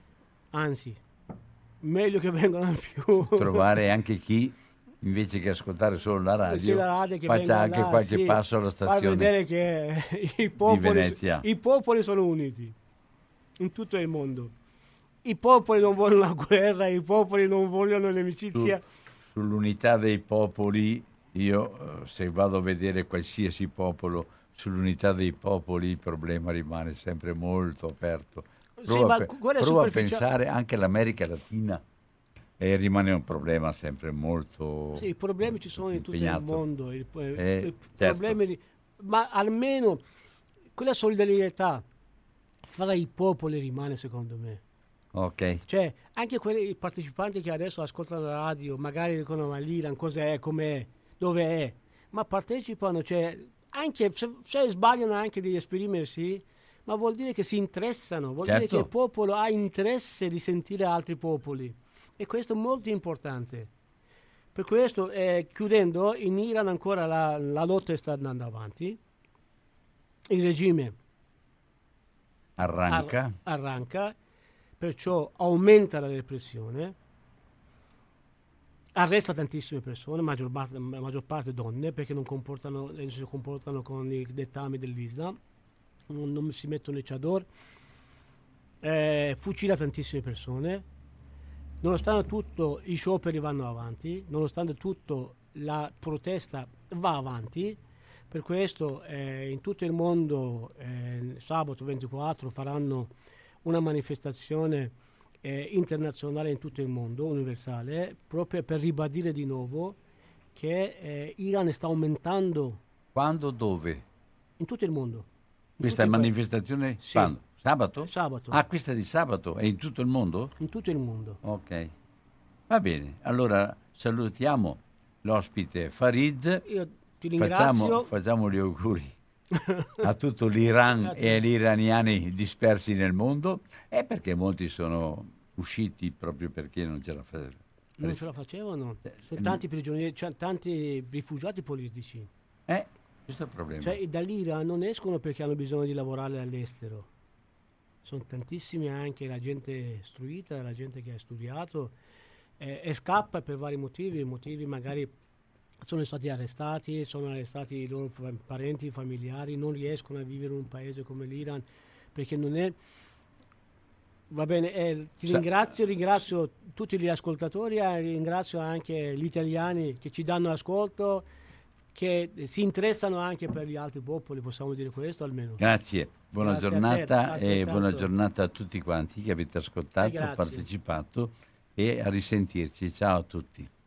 meglio che vengano più. Trovare anche chi, invece che ascoltare solo la radio, faccia anche qualche passo alla stazione. Fa vedere che i popoli sono uniti in tutto il mondo. I popoli non vogliono la guerra, i popoli non vogliono l'amicizia. Sull'unità dei popoli, io se vado a vedere qualsiasi popolo, sull'unità dei popoli il problema rimane sempre molto aperto. Prova a pensare anche all'America Latina e rimane un problema sempre molto... Sì, i problemi ci sono in tutto il mondo, certo. Problemi, ma almeno quella solidarietà fra i popoli rimane, secondo me. Ok. Cioè, anche quelli partecipanti che adesso ascoltano la radio, magari dicono ma l'Iran cos'è, com'è, dove è, ma partecipano, cioè, anche se sbagliano anche di esprimersi, ma vuol dire che si interessano, vuol dire che il popolo ha interesse di sentire altri popoli, e questo è molto importante, Per questo, chiudendo, in Iran ancora la lotta sta andando avanti, il regime arranca, perciò aumenta la repressione, arresta tantissime persone, maggior parte donne, perché non si comportano con i dettami dell'Islam, non si mettono i chador, fucila tantissime persone. Nonostante tutto i scioperi vanno avanti, nonostante tutto la protesta va avanti. Per questo in tutto il mondo sabato 24 faranno una manifestazione internazionale in tutto il mondo, universale, proprio per ribadire di nuovo che Iran sta aumentando. Quando? Dove? In tutto il mondo. Questa manifestazione? Sì. Quando? Sabato? Sabato. Ah, questa è di sabato? È in tutto il mondo? In tutto il mondo. Ok. Va bene. Allora salutiamo l'ospite Farid. Io ti ringrazio. Facciamo gli auguri a tutto l'Iran e agli iraniani dispersi nel mondo, e perché molti sono usciti proprio perché non ce la facevano. Non ce la facevano. Sono tanti prigionieri, cioè, tanti rifugiati politici. Questo è il problema. Cioè, dall'Iran non escono perché hanno bisogno di lavorare all'estero. Sono tantissimi anche la gente istruita, la gente che ha studiato e scappa per vari motivi magari sono stati arrestati, sono arrestati i loro parenti, familiari, non riescono a vivere in un paese come l'Iran perché non è... Va bene, ringrazio tutti gli ascoltatori e ringrazio anche gli italiani che ci danno ascolto, che si interessano anche per gli altri popoli, possiamo dire questo almeno. Grazie, buona Grazie giornata a te, e buona giornata a tutti quanti che avete ascoltato, grazie. partecipato, e a risentirci. Ciao a tutti.